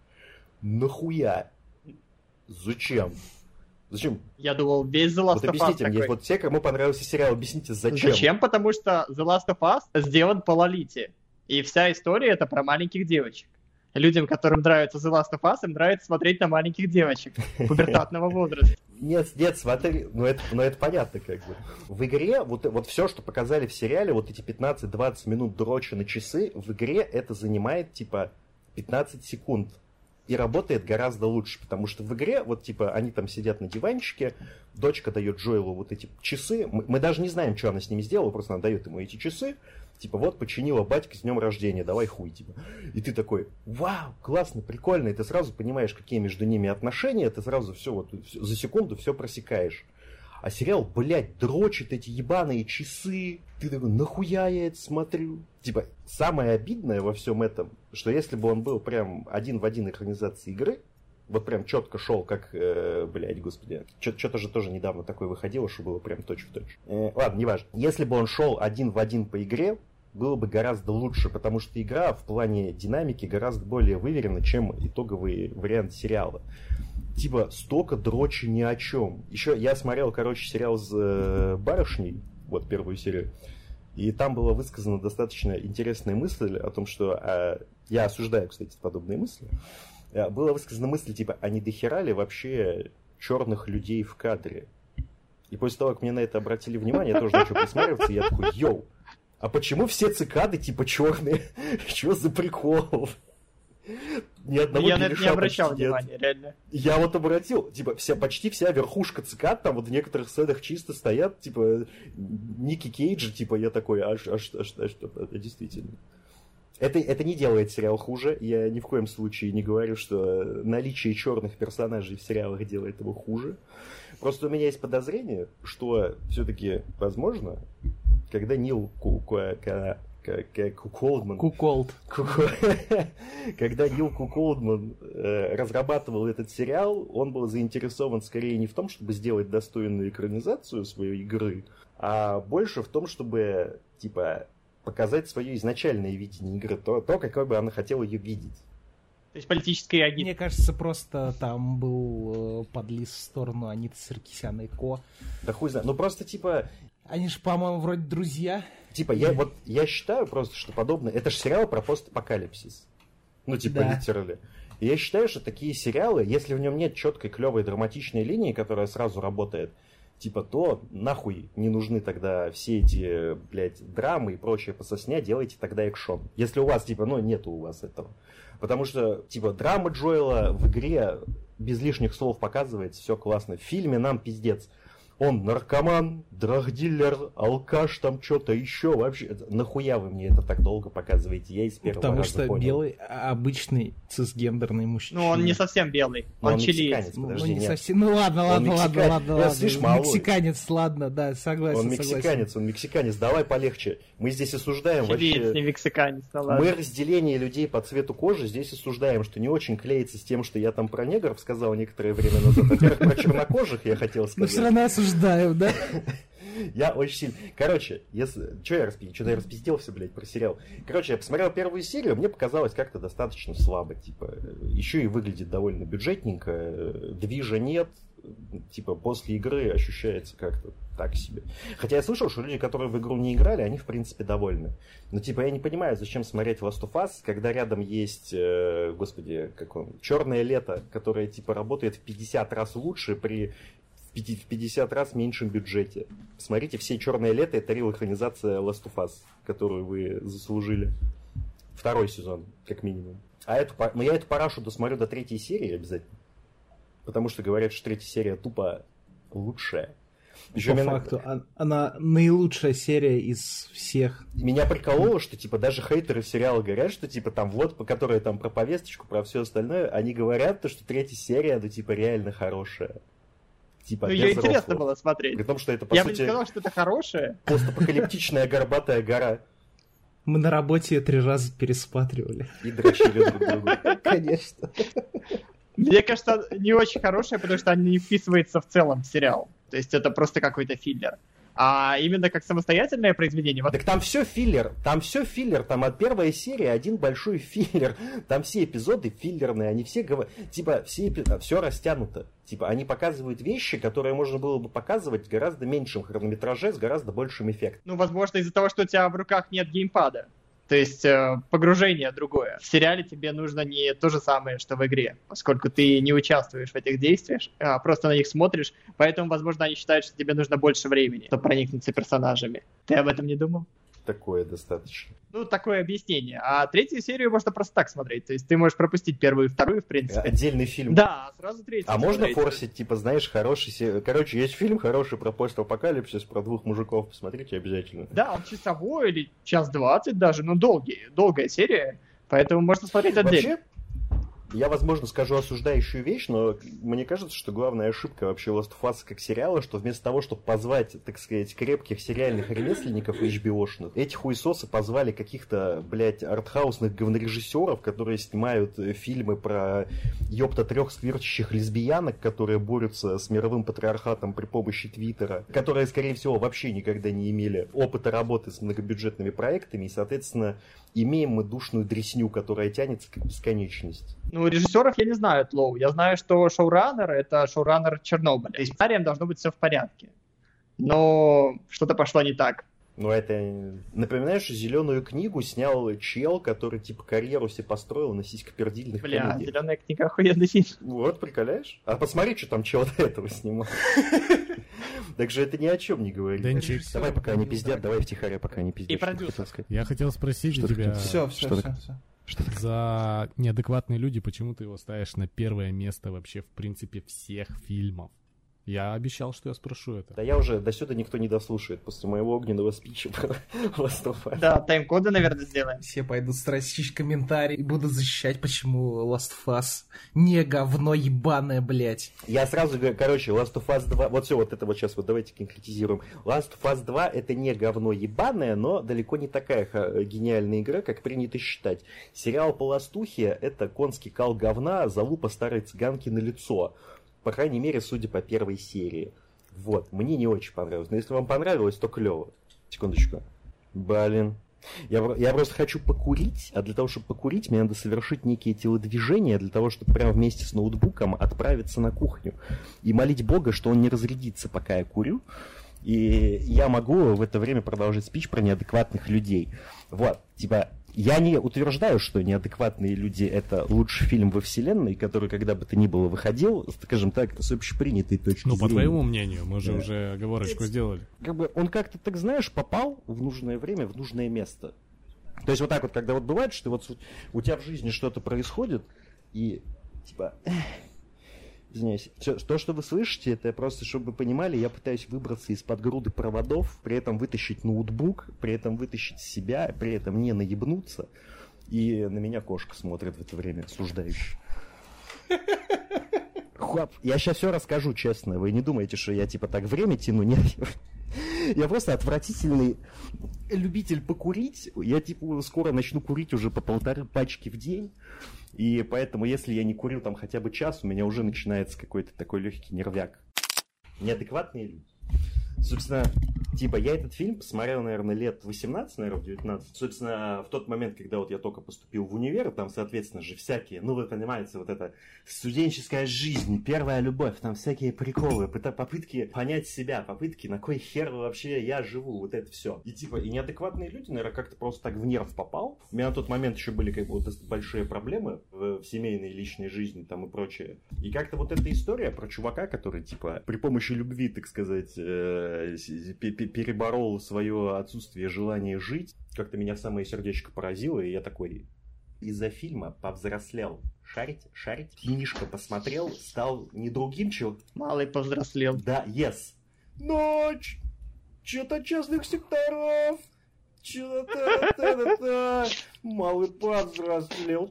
Нахуя? Зачем? Я думал, весь The Last of Us вот объясните мне, такой. вот все, кому понравился сериал, объясните, зачем? Зачем? Потому что The Last of Us сделан по Лолите. И вся история это про маленьких девочек. Людям, которым нравится The Last of Us, им нравится смотреть на маленьких девочек пубертатного возраста. Нет, смотри, ну это понятно как бы. В игре, вот все, что показали в сериале, вот эти 15-20 минут дрочи на часы, в игре это занимает, типа, 15 секунд. И работает гораздо лучше, потому что в игре, вот, типа, они там сидят на диванчике, дочка дает Джоэлу вот эти часы, мы даже не знаем, что она с ними сделала, просто она дает ему эти часы, типа, вот, починила батька с днем рождения, давай хуй, типа. И ты такой, вау, классно, прикольно, и ты сразу понимаешь, какие между ними отношения, ты сразу все, вот, за секунду все просекаешь. А сериал, блядь, дрочит эти ебаные часы. Ты такой, нахуя я это смотрю? Типа, самое обидное во всем этом, что если бы он был прям один в один экранизацией игры, вот прям четко шел, как, блядь, господи, что-то же тоже недавно такое выходило, что было прям точь-в-точь. Ладно, неважно. Если бы он шел один в один по игре, было бы гораздо лучше, потому что игра в плане динамики гораздо более выверена, чем итоговый вариант сериала. Типа, столько дрочи ни о чем. Еще я смотрел, сериал с барышней, вот первую серию, и там была высказана достаточно интересная мысль о том, что... я осуждаю, кстати, подобные мысли. Была высказана мысль, типа, а не дохера ли вообще черных людей в кадре? И после того, как мне на это обратили внимание, я тоже начал присматриваться, и я такой, йоу, а почему все цикады типа черные? Что за прикол? Ни одного я на это не обращал внимания, реально. Я вот обратил, типа, почти вся верхушка цикад там вот в некоторых сценах чисто стоят, типа, Ники Кейджа, типа, я такой, что, действительно. Это не делает сериал хуже, я ни в коем случае не говорю, что наличие черных персонажей в сериалах делает его хуже. Просто у меня есть подозрение, что все-таки, возможно, когда Нил когда Нил Куколдман разрабатывал этот сериал, он был заинтересован скорее не в том, чтобы сделать достойную экранизацию своей игры, а больше в том, чтобы, типа, показать свое изначальное видение игры, то какой бы она хотела ее видеть. То есть политические агенты. Мне кажется, просто там был подлиз в сторону Аниты Саркисян и Ко. Да хуй знает. Ну просто типа... Они же, по-моему, вроде друзья. Типа, я считаю просто, что подобное... Это же сериал про постапокалипсис. Ну, типа, да. Литерали. И я считаю, что такие сериалы, если в нем нет четкой, клевой, драматичной линии, которая сразу работает, типа, то нахуй не нужны тогда все эти, блядь, драмы и прочее пососня, делайте тогда экшон. Если у вас, типа, нету у вас этого. Потому что, типа, драма Джоэла в игре без лишних слов показывается, все классно. В фильме нам пиздец. Он наркоман, драгдилер, алкаш, там что-то еще. Вообще, нахуя вы мне это так долго показываете? Я из первого раза понял. Потому что белый, обычный цисгендерный мужчина. Ну, он не совсем белый, он чилиец. Не совсем. Ну, ладно. Мексиканец, ладно, да, согласен. Он мексиканец, давай полегче. Мы здесь осуждаем чилиец, вообще... не мексиканец, ну ладно. Мы разделение людей по цвету кожи здесь осуждаем, что не очень клеится с тем, что я там про негров сказал некоторое время назад. Во-первых, про чернокожих я хотел сказать. Но все равно осуждаем, да? Я очень сильно... Короче, что я распиздел все, блядь, про сериал. Короче, я посмотрел первую серию, мне показалось как-то достаточно слабо, типа. Еще и выглядит довольно бюджетненько, движа нет, типа, после игры ощущается как-то так себе. Хотя я слышал, что люди, которые в игру не играли, они, в принципе, довольны. Но, типа, я не понимаю, зачем смотреть Last of Us, когда рядом есть, Черное лето, которое, типа, работает в 50 раз лучше при... в 50 раз меньшем бюджете. Посмотрите, все «Черное лето» — это реэкранизация Last of Us, которую вы заслужили. Второй сезон, как минимум. Я эту парашу досмотрю до 3-й серии обязательно. Потому что говорят, что 3-я серия тупо лучшая. По факту, она наилучшая серия из всех. Меня прикололо, что типа даже хейтеры сериала говорят, что типа там вот, которые там про повесточку, про все остальное, они говорят, что 3-я серия, типа реально хорошая. Типа, ее интересно было смотреть. При том, что это, по сути, бы не сказал, что это хорошее. Постапокалиптичная горбатая гора. Мы на работе 3 раза пересматривали. И дрочили друг друга. Конечно. Мне кажется, не очень хорошее, потому что она не вписывается в целом в сериал. То есть это просто какой-то филлер. А именно как самостоятельное произведение... Так там все филлер, там от первой серии один большой филлер. Там все эпизоды филлерные, они все типа, все растянуто. Типа, они показывают вещи, которые можно было бы показывать в гораздо меньшем хронометраже, с гораздо большим эффектом. Ну, возможно, из-за того, что у тебя в руках нет геймпада. То есть погружение другое. В сериале тебе нужно не то же самое, что в игре, поскольку ты не участвуешь в этих действиях, а просто на них смотришь. Поэтому, возможно, они считают, что тебе нужно больше времени, чтобы проникнуться персонажами. Ты об этом не думал? Такое достаточно. Ну, такое объяснение. А 3-ю серию можно просто так смотреть. То есть ты можешь пропустить 1-ю и 2-ю, в принципе. Отдельный фильм. Да, сразу 3-ю. А можно форсить, типа, знаешь, хороший... Короче, есть фильм хороший про постапокалипсис, про 2 мужиков. Посмотрите обязательно. Да, он часовой или 1:20 даже, но долгая серия. Поэтому можно смотреть отдельно. Вообще, Я, возможно, скажу осуждающую вещь, но мне кажется, что главная ошибка вообще Last of Us как сериала, что вместо того, чтобы позвать, так сказать, крепких сериальных ремесленников HBO-шных, эти хуесосы позвали каких-то, блядь, артхаусных говнорежиссеров, которые снимают фильмы про, ёпта, 3 скверчащих лесбиянок, которые борются с мировым патриархатом при помощи Твиттера, которые, скорее всего, вообще никогда не имели опыта работы с многобюджетными проектами, и, соответственно, имеем мы душную дресню, которая тянется как бесконечность. Ну, режиссеров я не знаю, Тлоу. Я знаю, что шоураннер — это шоураннер Чернобыля. И с сценарием должно быть все в порядке. Но что-то пошло не так. Ну, это... Напоминаешь, «Зеленую книгу» снял чел, который, типа, карьеру себе построил на сиськопердильных комедиях. Бля, «Зеленая книга» охуенный фильм. Вот, приколяешь? А посмотри, что там чел до этого снимал. Так же это ни о чем не говорит. Денчик. Давай, пока они пиздят, давай втихаря, пока они пиздят. И продюсер. Я хотел спросить у тебя... Все. За «Неадекватные люди» почему ты его ставишь на первое место вообще, в принципе, всех фильмов? Я обещал, что я спрошу это. Да я уже, до сюда никто не дослушает после моего огненного спича про Last of Us. Да, тайм-коды, наверное, сделаем. Все пойдут строчить комментарии и будут защищать, почему Last of Us не говно ебаное, блять. Я сразу говорю, короче, Last of Us 2, вот все, вот это вот сейчас, вот давайте конкретизируем. Last of Us 2 это не говно ебаное, но далеко не такая гениальная игра, как принято считать. Сериал по Ластухе это конский кал говна, залупа старой цыганки на лицо. По крайней мере, судя по первой серии. Вот, мне не очень понравилось. Но если вам понравилось, то клево. Секундочку. Блин. Я просто хочу покурить, а для того, чтобы покурить, мне надо совершить некие телодвижения для того, чтобы прямо вместе с ноутбуком отправиться на кухню. И молить Бога, что он не разрядится, пока я курю. И я могу в это время продолжить спич про неадекватных людей. Вот, типа... Я не утверждаю, что «Неадекватные люди» — это лучший фильм во вселенной, который когда бы то ни было выходил, скажем так, с общепринятой точки зрения. Ну, по твоему мнению, мы же уже оговорочку сделали. Как бы он как-то, так знаешь, попал в нужное время, в нужное место. То есть вот так вот, когда вот бывает, что вот у тебя в жизни что-то происходит, и типа... Извиняюсь. То, что вы слышите, это просто, чтобы вы понимали, я пытаюсь выбраться из-под груды проводов, при этом вытащить ноутбук, при этом вытащить себя, при этом не наебнуться. И на меня кошка смотрит в это время, осуждающе. Хуап. Я сейчас все расскажу, честно. Вы не думаете, что я типа так время тяну? Нет. Я просто отвратительный любитель покурить. Я типа скоро начну курить уже по 1,5 пачки в день. И поэтому, если я не курю там хотя бы час, у меня уже начинается какой-то такой легкий нервяк. Неадекватные люди. Собственно, типа, я этот фильм посмотрел, наверное, лет 18, наверное, 19. Собственно, в тот момент, когда вот я только поступил в универ, там, соответственно же, всякие, ну, вы понимаете, вот это студенческая жизнь, первая любовь, там всякие приколы, попытки понять себя, попытки, на кой хер вообще я живу, вот это все. И типа, и неадекватные люди, наверное, как-то просто так в нерв попал. У меня на тот момент еще были как бы вот большие проблемы в семейной и личной жизни там и прочее. И как-то вот эта история про чувака, который, типа, при помощи любви, так сказать, переборол свое отсутствие желания жить, как-то меня самое сердечко поразило, и я такой из-за фильма повзрослел. Шарить, кинишко посмотрел, стал не другим человеком. Малый повзрослел. Да, yes. Ночь! Что-то частных секторов! Что-то... Малый повзрослел.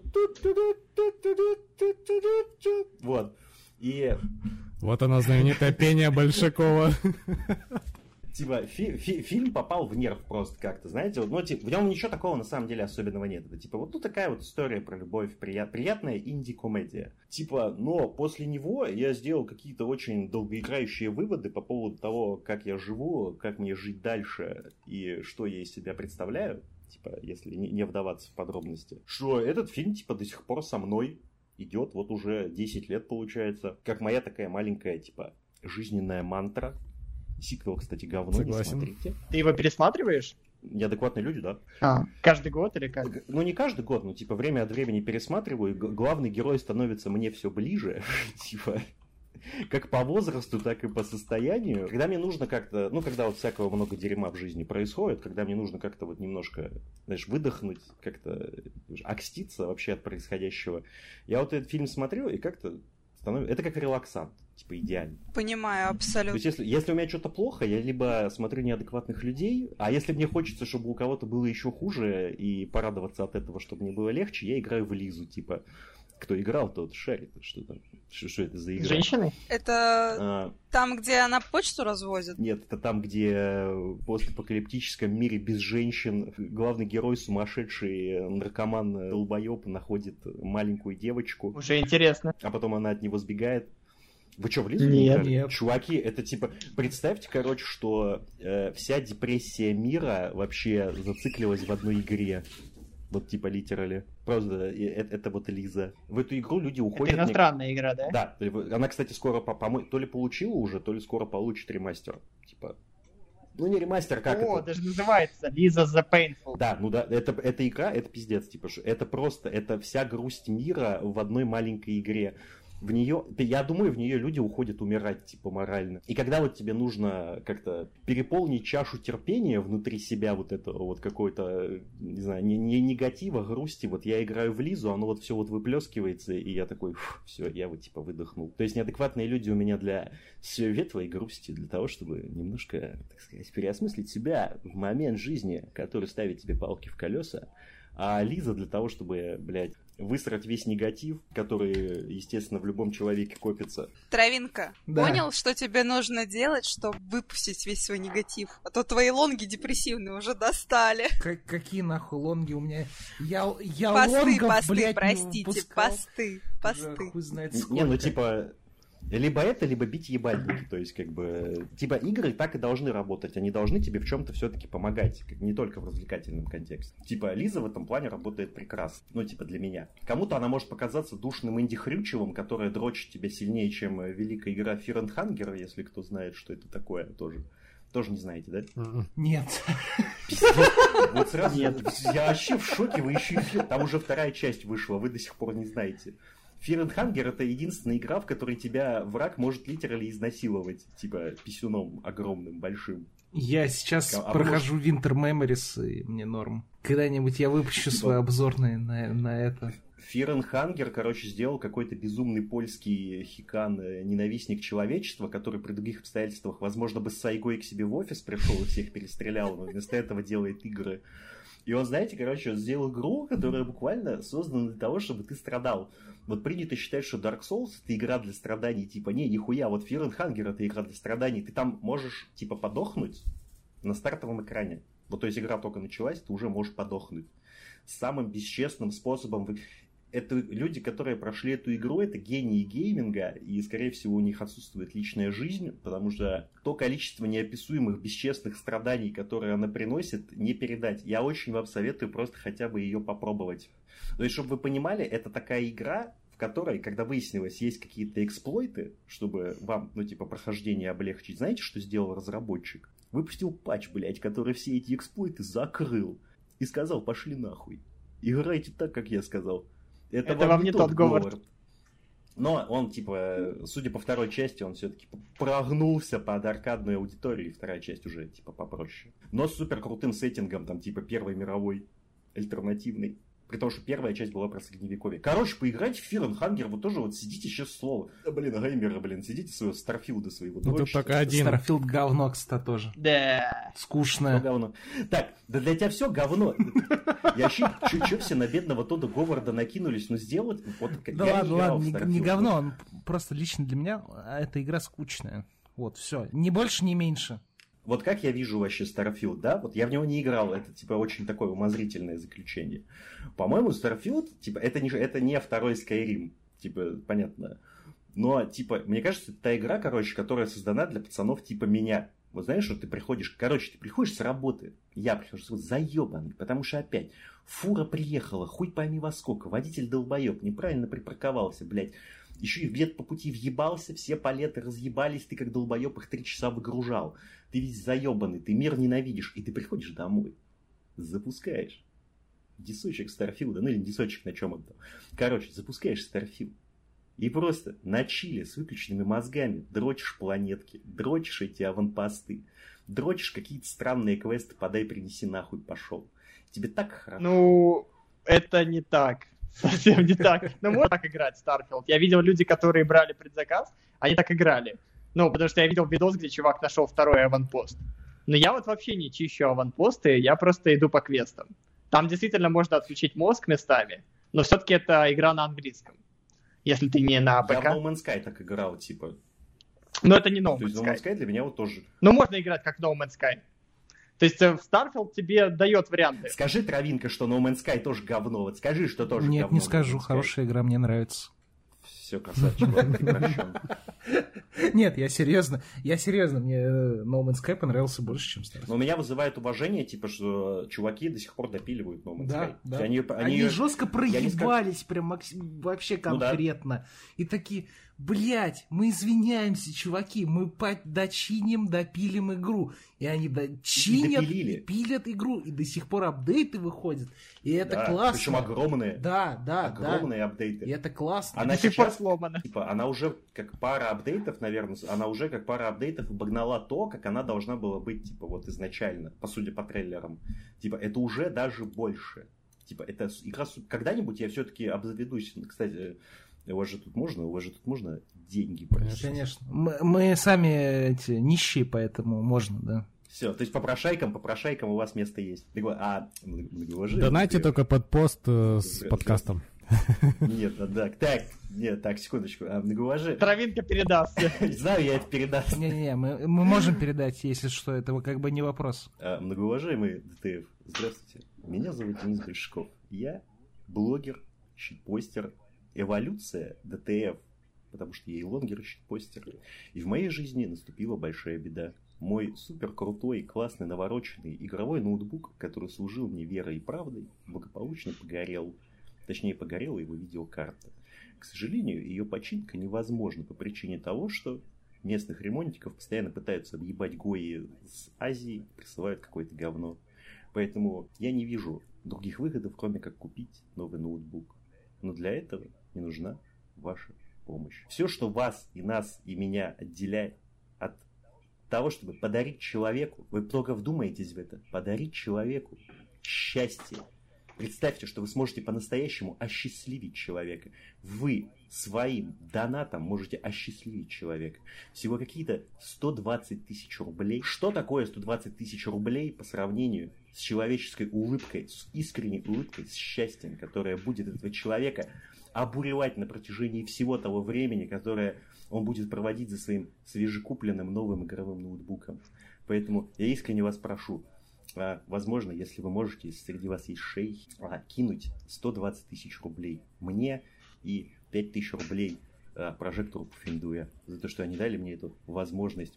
Вот. И... Вот оно, знаменитое пение Большакова. Типа, фильм попал в нерв просто как-то, знаете, вот, ну, типа, в нем ничего такого на самом деле особенного нет. Это, типа, вот такая вот история про любовь, приятная инди-комедия. Типа, но после него я сделал какие-то очень долгоиграющие выводы по поводу того, как я живу, как мне жить дальше и что я из себя представляю, типа, если не вдаваться в подробности. Что этот фильм, типа, до сих пор со мной идет, вот уже 10 лет получается, как моя такая маленькая, типа, жизненная мантра. Сиквел, кстати, говно, согласен. Не смотрите. Ты его пересматриваешь? Неадекватные люди, да. Каждый год или как? Ну, не каждый год, но, типа, время от времени пересматриваю, и главный герой становится мне все ближе, типа, как по возрасту, так и по состоянию. Когда мне нужно как-то, ну, когда вот всякого много дерьма в жизни происходит, когда мне нужно как-то вот немножко, знаешь, выдохнуть, как-то окститься вообще от происходящего, я вот этот фильм смотрю, и как-то становится... Это как релаксант. Типа идеально. Понимаю, абсолютно. То есть, если у меня что-то плохо, я либо смотрю неадекватных людей, а если мне хочется, чтобы у кого-то было еще хуже, и порадоваться от этого, чтобы мне было легче, я играю в Лизу, типа. Кто играл, тот шарит. Что там? Что это за игра? Женщины? Это там, где она почту развозит? Нет, это там, где в постапокалиптическом мире без женщин главный герой, сумасшедший наркоман-долбоёб, находит маленькую девочку. Уже интересно. А потом она от него сбегает. Вы что, в Лизу? Нет. Чуваки, это типа... Представьте, короче, что вся депрессия мира вообще зациклилась в одной игре. Вот типа литерали. Просто это вот Лиза. В эту игру люди уходят... Это иностранная игра, да? Да. Она, кстати, скоро, по-моему, то ли получила уже, то ли скоро получит ремастер. Типа... Ну, не ремастер, как это? Даже называется Lisa the Painful. Да, ну да, это игра, это пиздец, типа, это просто, это вся грусть мира в одной маленькой игре. В нее, я думаю, в нее люди уходят умирать, типа, морально. И когда вот тебе нужно как-то переполнить чашу терпения внутри себя, вот этого вот какой-то, не знаю, не негатива, грусти, вот я играю в Лизу, оно вот все вот выплескивается, и я такой, все, я вот типа выдохнул. То есть неадекватные люди у меня для светлой грусти, для того, чтобы немножко, так сказать, переосмыслить себя в момент жизни, который ставит тебе палки в колеса. А Лиза для того, чтобы, блядь, высрать весь негатив, который, естественно, в любом человеке копится. Травинка, Да. понял, что тебе нужно делать, чтобы выпустить весь свой негатив? А то твои лонги депрессивные уже достали. Какие нахуй лонги у меня? Я Посты, лонгов, блядь, не простите, выпускал. посты. Уже хуй знает сколько. Не, ну типа, либо это, либо бить ебальники. То есть, как бы, типа, игры так и должны работать. Они должны тебе в чем-то все-таки помогать. Не только в развлекательном контексте. Типа, Лиза в этом плане работает прекрасно. Ну, типа, для меня. Кому-то она может показаться душным инди-хрючевым, которая дрочит тебя сильнее, чем великая игра Fear and Hunger, если кто знает, что это такое тоже. Тоже не знаете, да? Нет. Вот сразу я вообще в шоке, вы еще и там уже вторая часть вышла, вы до сих пор не знаете. Fear and Hunger — это единственная игра, в которой тебя враг может литерально изнасиловать, типа писюном огромным, большим. Я сейчас прохожу Winter Memories, и мне норм. Когда-нибудь я выпущу свой обзорный на это. Fear and Hunger, короче, сделал какой-то безумный польский хикан, ненавистник человечества, который при других обстоятельствах, возможно, бы с Сайгой к себе в офис пришел и всех перестрелял, но вместо этого делает игры. И он, знаете, короче, он сделал игру, которая буквально создана для того, чтобы ты страдал. Вот принято считать, что Dark Souls — это игра для страданий. Типа, нихуя, вот Fear and Hunger — это игра для страданий. Ты там можешь, типа, подохнуть на стартовом экране. Вот, то есть игра только началась, ты уже можешь подохнуть. Самым бесчестным способом... Это люди, которые прошли эту игру, это гении гейминга, и, скорее всего, у них отсутствует личная жизнь, потому что то количество неописуемых бесчестных страданий, которые она приносит, не передать. Я очень вам советую просто хотя бы ее попробовать. То есть, чтобы вы понимали, это такая игра, в которой, когда выяснилось, есть какие-то эксплойты, чтобы вам, ну, типа, прохождение облегчить. Знаете, что сделал разработчик? Выпустил патч, блядь, который все эти эксплойты закрыл. И сказал, пошли нахуй. Играйте так, как я сказал. Это вам не тот Говард. Но он, типа, судя по второй части, он все-таки прогнулся под аркадную аудиторию, и вторая часть уже, типа, попроще. Но с супер крутым сеттингом, там, типа, Первой мировой, альтернативный. При том, что первая часть была про средневековье. Короче, поиграйте в Fear and Hunger, вы тоже вот сидите сейчас слово. Да, блин, геймеры, блин, сидите своего Старфилда своего. Ну, тут только один. Старфилд говно, кстати, тоже. Да. Скучное. Говно. Так, да для тебя все говно. Я вообще, что все на бедного Тодда Говарда накинулись, ну сделать... Вот, да ладно, не говно, он просто лично для меня эта игра скучная. Вот, все. Ни больше, ни меньше. Вот как я вижу вообще Starfield, да? Вот я в него не играл, это типа очень такое умозрительное заключение. По-моему, Starfield, типа, это не второй Skyrim, типа, понятно. Но, типа, мне кажется, это та игра, короче, которая создана для пацанов типа меня. Вот знаешь, что ты приходишь с работы, я прихожу с работы заебанный, потому что опять фура приехала, хуй пойми во сколько, водитель долбоеб, неправильно припарковался, блядь. Еще и где-то по пути въебался, все палеты разъебались, ты как долбоеб их 3 часа выгружал. Ты весь заебанный, ты мир ненавидишь, и ты приходишь домой, запускаешь дисочек Старфилда, ну или дисочек на чем он там. Короче, запускаешь Старфилд, и просто на чиле с выключенными мозгами дрочишь планетки, дрочишь эти аванпосты, дрочишь какие-то странные квесты, подай, принеси нахуй, пошел. Тебе так хорошо. Ну, это не так. Совсем не так. Ну, можно так играть в Starfield. Я видел люди, которые брали предзаказ, они так играли. Ну, потому что я видел видос, где чувак нашел второй аванпост. Но я вот вообще не чищу аванпосты, я просто иду по квестам. Там действительно можно отключить мозг местами, но все-таки это игра на английском. если ты не на ПК. Я в No Man's Sky так играл, типа. Но это не No Man's Sky. То есть No Man's Sky для меня вот тоже. Но можно играть как No Man's Sky. То есть в Starfield тебе дает варианты. Скажи, Травинка, что No Man's Sky тоже говно. Вот скажи, что тоже говно. Нет, не скажу. Хорошая игра, мне нравится. Все, красавчик, ладно, ты прощен. Нет, я серьезно, мне No Man's Sky понравился больше, чем Starfield. Но меня вызывает уважение, типа, что чуваки до сих пор допиливают No Man's Sky. Да. Они жестко проебались, прям вообще конкретно. Ну, да. И такие, блять, мы извиняемся, чуваки, мы дочиним, допилим игру. И они чинят, и пилят игру, и до сих пор апдейты выходят. И это классно. Причем огромные. Да. Огромные апдейты. И это классно. Она до сих пор сломана. Типа, она уже как пара апдейтов, наверное, обогнала то, как она должна была быть, типа, вот изначально, по сути, по трейлерам. Типа, это уже даже больше. Типа, это игра... Когда-нибудь я все-таки обзаведусь, кстати... У вас же тут можно деньги просить. Конечно. Мы сами нищие, поэтому можно, да. Все, то есть попрошайкам у вас место есть. Донайте только под пост с подкастом. Нет, так, секундочку. Многоуважие. Травинка передаст. Знаю, я это передам. Не-не-не, мы можем передать, если что, это как бы не вопрос. Многоуважаемый ДТФ, здравствуйте. Меня зовут Денис Большаков. Я блогер, щитпостер, эволюция ДТФ, потому что я и лонгер, и щитпостер. И в моей жизни наступила большая беда. Мой супер крутой, классный, навороченный игровой ноутбук, который служил мне верой и правдой, благополучно погорел. Точнее, погорела его видеокарта. К сожалению, ее починка невозможна по причине того, что местных ремонтников постоянно пытаются объебать гои с Азии, присылают какое-то говно. Поэтому я не вижу других выходов, кроме как купить новый ноутбук. Но для этого мне нужна ваша помощь. Все, что вас и нас, и меня отделяет от того, чтобы подарить человеку, вы только вдумаетесь в это, подарить человеку счастье. Представьте, что вы сможете по-настоящему осчастливить человека. Вы своим донатом можете осчастливить человека. Всего какие-то 120 тысяч рублей. Что такое 120 тысяч рублей по сравнению с человеческой улыбкой, с искренней улыбкой, с счастьем, которое будет этого человека обуревать на протяжении всего того времени, которое он будет проводить за своим свежекупленным новым игровым ноутбуком. Поэтому я искренне вас прошу, возможно, если вы можете, если среди вас есть шейх, кинуть 120 тысяч рублей мне и 5 тысяч рублей прожектору Пуффендуя за то, что они дали мне эту возможность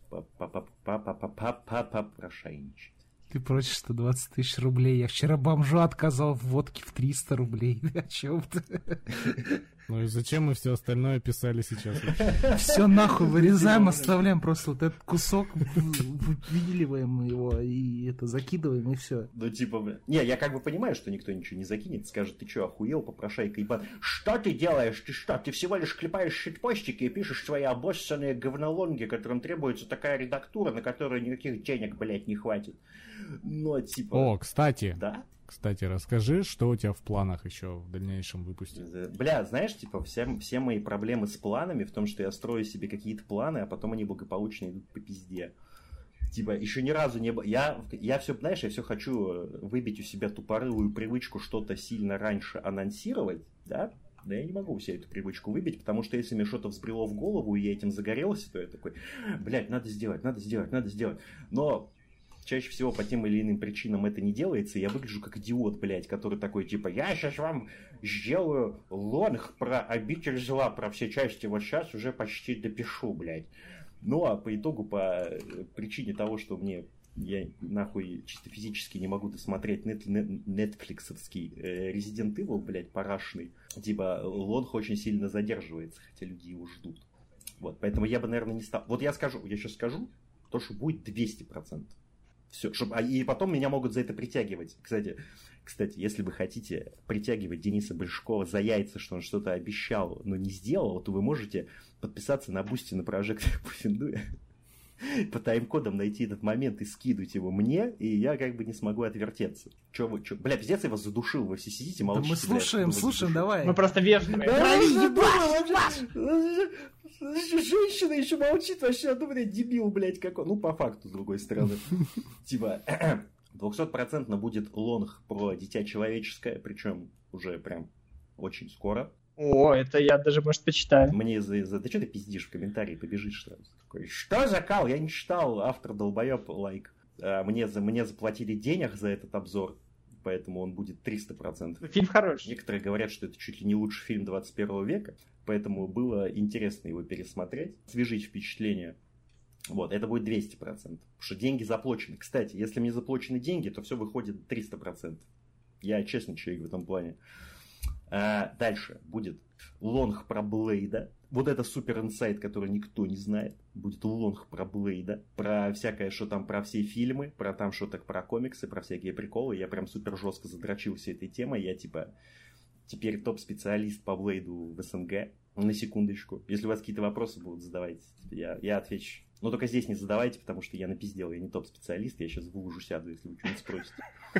попрошайничать. Ты просишь 120 тысяч рублей. Я вчера бомжу отказал в водке в 300 рублей. О чем ты? Ну и зачем мы все остальное писали сейчас? Все нахуй вырезаем, оставляем просто вот этот кусок, выпиливаем его и это закидываем, и все. Ну типа, бля. Не, я как бы понимаю, что никто ничего не закинет, скажет, ты что, охуел, попрошайка, ебан. Что ты делаешь? Ты что? Ты всего лишь клепаешь щитпостики и пишешь свои обоссанные говнолонги, которым требуется такая редактура, на которую никаких денег, блядь, не хватит. Но типа... О, кстати. Да? Кстати, расскажи, что у тебя в планах еще в дальнейшем выпустить? Бля, знаешь, типа, все мои проблемы с планами в том, что я строю себе какие-то планы, а потом они благополучно идут по пизде. Типа, еще ни разу не было... Я все, знаешь, я все хочу выбить у себя тупорылую привычку что-то сильно раньше анонсировать, да? Да я не могу себе эту привычку выбить, потому что если мне что-то взбрело в голову, и я этим загорелся, то я такой, блядь, надо сделать. Но... Чаще всего по тем или иным причинам это не делается, и я выгляжу как идиот, блядь, который такой, типа, я сейчас вам сделаю лонг про обитель зла, про все части, вот сейчас уже почти допишу, блядь. Ну, а по итогу, по причине того, что я нахуй чисто физически не могу досмотреть нетфликсовский Resident Evil, блядь, парашный, типа, лонг очень сильно задерживается, хотя люди его ждут. Вот, поэтому я бы, наверное, не стал... Вот я сейчас скажу, то, что будет 200%. Все, и потом меня могут за это притягивать. Кстати, если вы хотите притягивать Дениса Большакова за яйца, что он что-то обещал, но не сделал, то вы можете подписаться на Бусти на прожектор Пуффендуя, по тайм-кодам найти этот момент и скидывать его мне, и я как бы не смогу отвертеться. Бля, пиздец, я вас задушил, вы все сидите, молчите. Да мы слушаем, давай. Мы просто вежливые. Женщина еще молчит, вообще, ну, блядь, дебил, блядь, какой. Ну, по факту, с другой стороны. Типа, 200% будет лонг про дитя человеческое, причем уже прям очень скоро. О, это я даже, может, почитаю. Мне да что ты пиздишь в комментарии, побежишь сразу. Такой, что за кал? Я не читал, автор долбоеб, лайк. Мне заплатили денег за этот обзор, поэтому он будет 300%. Фильм хороший. Некоторые говорят, что это чуть ли не лучший фильм 21 века, поэтому было интересно его пересмотреть, освежить впечатление. Вот, это будет 200%, потому что деньги заплачены. Кстати, если мне заплачены деньги, то все выходит 300%. Я честный человек в этом плане. Дальше будет лонг про Блейда. Вот это супер инсайт, который никто не знает. Будет лонг про Блейда. Про всякое, что там, про все фильмы, про там что-то про комиксы, про всякие приколы. Я прям супер жестко задрочился этой темой. Я типа теперь топ-специалист по Блейду в СНГ. На секундочку. Если у вас какие-то вопросы будут, задавайте. Я отвечу. Но только здесь не задавайте, потому что я напиздел. Я не топ-специалист. Я сейчас в лужу сяду, если вы что-нибудь спросите.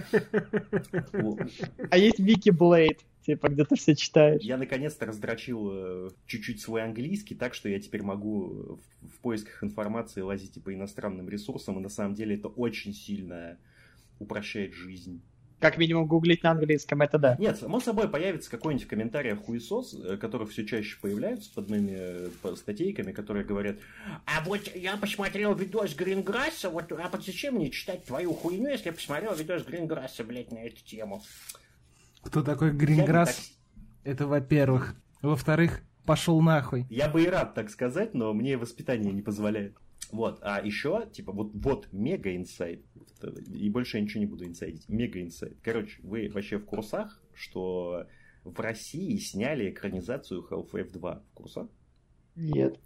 А есть Вики Блейд, типа, где ты все читаешь. Я наконец-то раздрочил чуть-чуть свой английский, так что я теперь могу в поисках информации лазить по иностранным ресурсам, и на самом деле это очень сильно упрощает жизнь. Как минимум гуглить на английском, это да. Нет, само собой появится какой-нибудь в комментариях хуесос, которые все чаще появляются под моими статейками, которые говорят: а вот я посмотрел видос Гринграсса, вот, а зачем мне читать твою хуйню, если я посмотрел видос Гринграсса, блядь, на эту тему? Кто такой Гринграсс? Это во-первых. Во-вторых, пошел нахуй. Я бы и рад так сказать, но мне воспитание не позволяет. Вот, а еще, типа, вот мега-инсайт, и больше я ничего не буду инсайдить, мега-инсайт. Короче, вы вообще в курсах, что в России сняли экранизацию Half-Life 2? В курсах? Нет.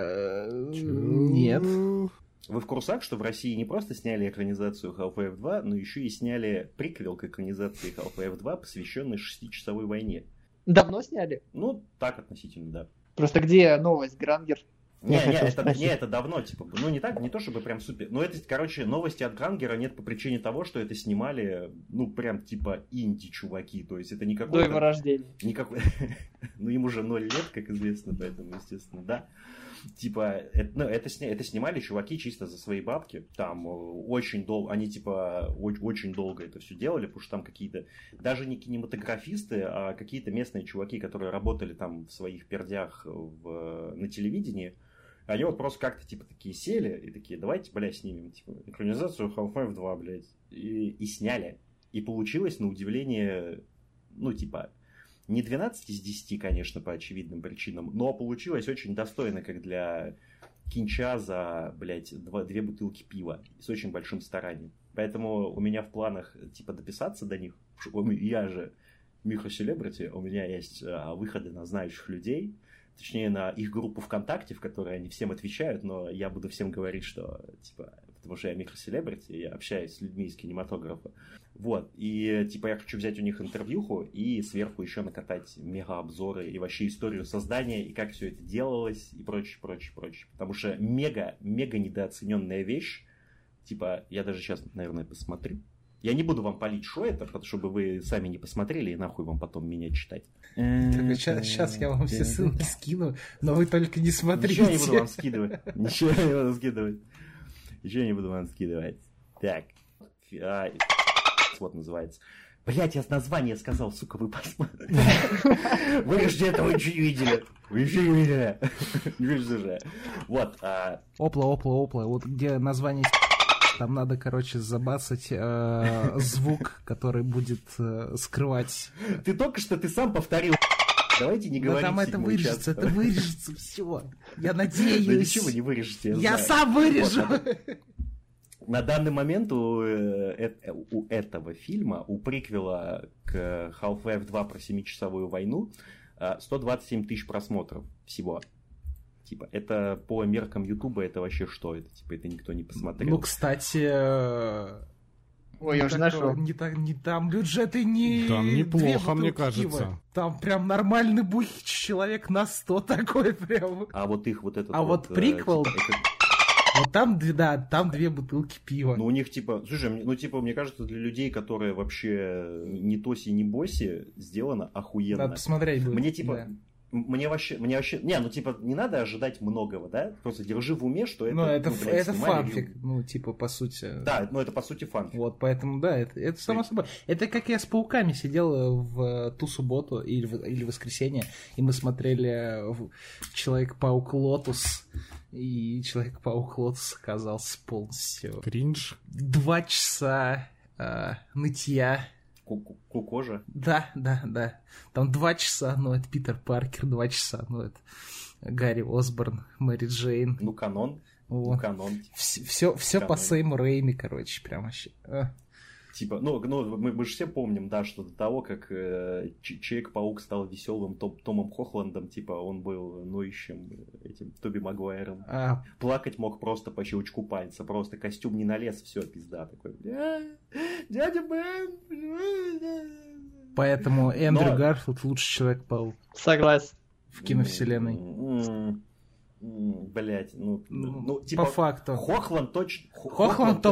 Нет. Вы в курсах, что в России не просто сняли экранизацию Half-Life 2, но еще и сняли приквел к экранизации Half-Life 2, посвященный 6-часовой войне? Давно сняли? Ну, так относительно, да. Просто где новость, Грангер? Это давно, типа, ну не так, не то чтобы прям супер. Но это, короче, новости от Грангера нет по причине того, что это снимали, ну, прям типа инди-чуваки. То есть это не какой-то... До его рождения. Ну, ему уже 0 лет, как известно, поэтому, естественно, да. Типа, это снимали чуваки чисто за свои бабки. Там очень долго, они типа очень долго это все делали, потому что там какие-то, даже не кинематографисты, а какие-то местные чуваки, которые работали там в своих пердях на телевидении, они вот просто как-то типа такие сели и такие: давайте, бля, снимем типа экранизацию Half-Life 2, блядь. И сняли. И получилось, на удивление, ну типа... Не 12 из 10, конечно, по очевидным причинам, но получилось очень достойно, как для кинча за, блядь, 2 бутылки пива с очень большим старанием. Поэтому у меня в планах, типа, дописаться до них. Я же Миха Селебрити, у меня есть выходы на знающих людей, точнее, на их группу ВКонтакте, в которой они всем отвечают, но я буду всем говорить, что, типа, потому что я Миха Селебрити, я общаюсь с людьми из кинематографа. Вот, и, типа, я хочу взять у них интервьюху и сверху еще накатать мега-обзоры и вообще историю создания, и как все это делалось, и прочее. Потому что мега недооцененная вещь. Типа, я даже сейчас, наверное, посмотрю. Я не буду вам палить, что это, чтобы вы сами не посмотрели, и нахуй вам потом меня читать. Сейчас я вам все ссылки скину, но вы только не смотрите. Ничего не буду вам скидывать. Так. Вот называется. Блять, я название сказал, сука, вы посмотрите. Вы же этого ничего не видели. Вы же не видели. Вот. Опла. Вот где название... Там надо, короче, забацать звук, который будет скрывать... Ты только что сам повторил. Давайте не говорить. Да там это вырежется, все. Я надеюсь. Да ничего не вырежете. Я сам вырежу. На данный момент у этого фильма, у приквела к Half-Life 2 про 7-часовую войну 127 тысяч просмотров всего. Типа, это по меркам Ютуба, это вообще что? Это, типа, это никто не посмотрел. Ну, кстати... Ой, я уже нашел. Не там бюджеты, не... Там неплохо, мне кажется. Там прям нормальный бухич, человек на 100 такой прям. А вот их вот этот... А вот приквел... Вот там 2 бутылки пива. Ну, у них, типа, слушай, мне кажется, для людей, которые вообще не тоси, не боси, сделано охуенно. Надо посмотреть будет. Мне, типа, Мне вообще... Не, ну, типа, не надо ожидать многого, да? Просто держи в уме, что это... Ну, это блядь, фанфик, ну, типа, по сути. Да, ну, это, по сути, фанфик. Вот, поэтому, да, это само собой. Это как я с пауками сидел в ту субботу или воскресенье, и мы смотрели Человек-паук Лотус, и Человек-паук Лотус оказался полностью... Кринж. 2 часа нытья. Кукожа? Да. Там 2 часа, ну, это Питер Паркер, 2 часа, ну, это Гарри Осборн, Мэри Джейн. Ну, канон. Вот. Ну, канон. Все по Сэйму Рэйми, короче, прям вообще. Типа, ну мы же все помним, да, что до того, как Человек-паук стал веселым Томом Хохландом, типа, он был ноющим этим Тоби Магуайром. Плакать мог просто по щелчку пальца, просто костюм не налез, все, пизда такой. Дядя Бен! Поэтому Эндрю Гарфилд лучший Человек-паук. Согласен. В киновселенной. Блять, ну, типа... По факту. Хохланд топ-2.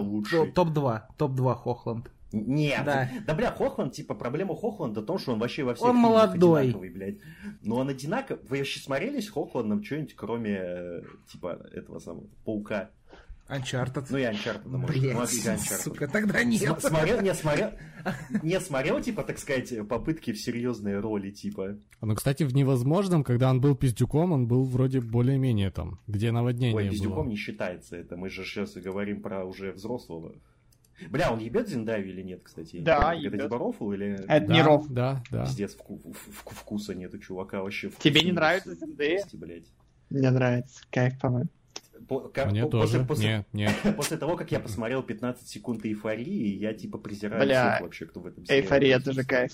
Топ-2 Хохланд. Нет, да, бля, Хохланд, типа, проблема Хохланда в том, что он вообще во всех он фильмах молодой. одинаковый, блядь. Но он одинаковый. Вы вообще смотрелись с Хохландом что-нибудь, кроме, типа, этого самого Паука? Uncharted. Ну, и Uncharted, может. Блядь, сука, тогда нет. Смотрел, типа, так сказать, попытки в серьезные роли, типа. Ну, кстати, в «Невозможном», когда он был пиздюком, он был вроде более-менее там, где наводнение было. Ой, пиздюком не считается это. Мы же сейчас и говорим про уже взрослого. Бля, он ебет Зендаю или нет, кстати? Да, ебет. Это Дебарофл или... Это не Ров. Да. Пиздец, вкуса нет у чувака вообще. Тебе не нравится Зендая? Мне нравится, кайф, по-моему. Мне тоже. Нет. После того, как я посмотрел 15 секунд эйфории, я типа презираю всех вообще, кто в этом сериале. Эйфория тоже кайф.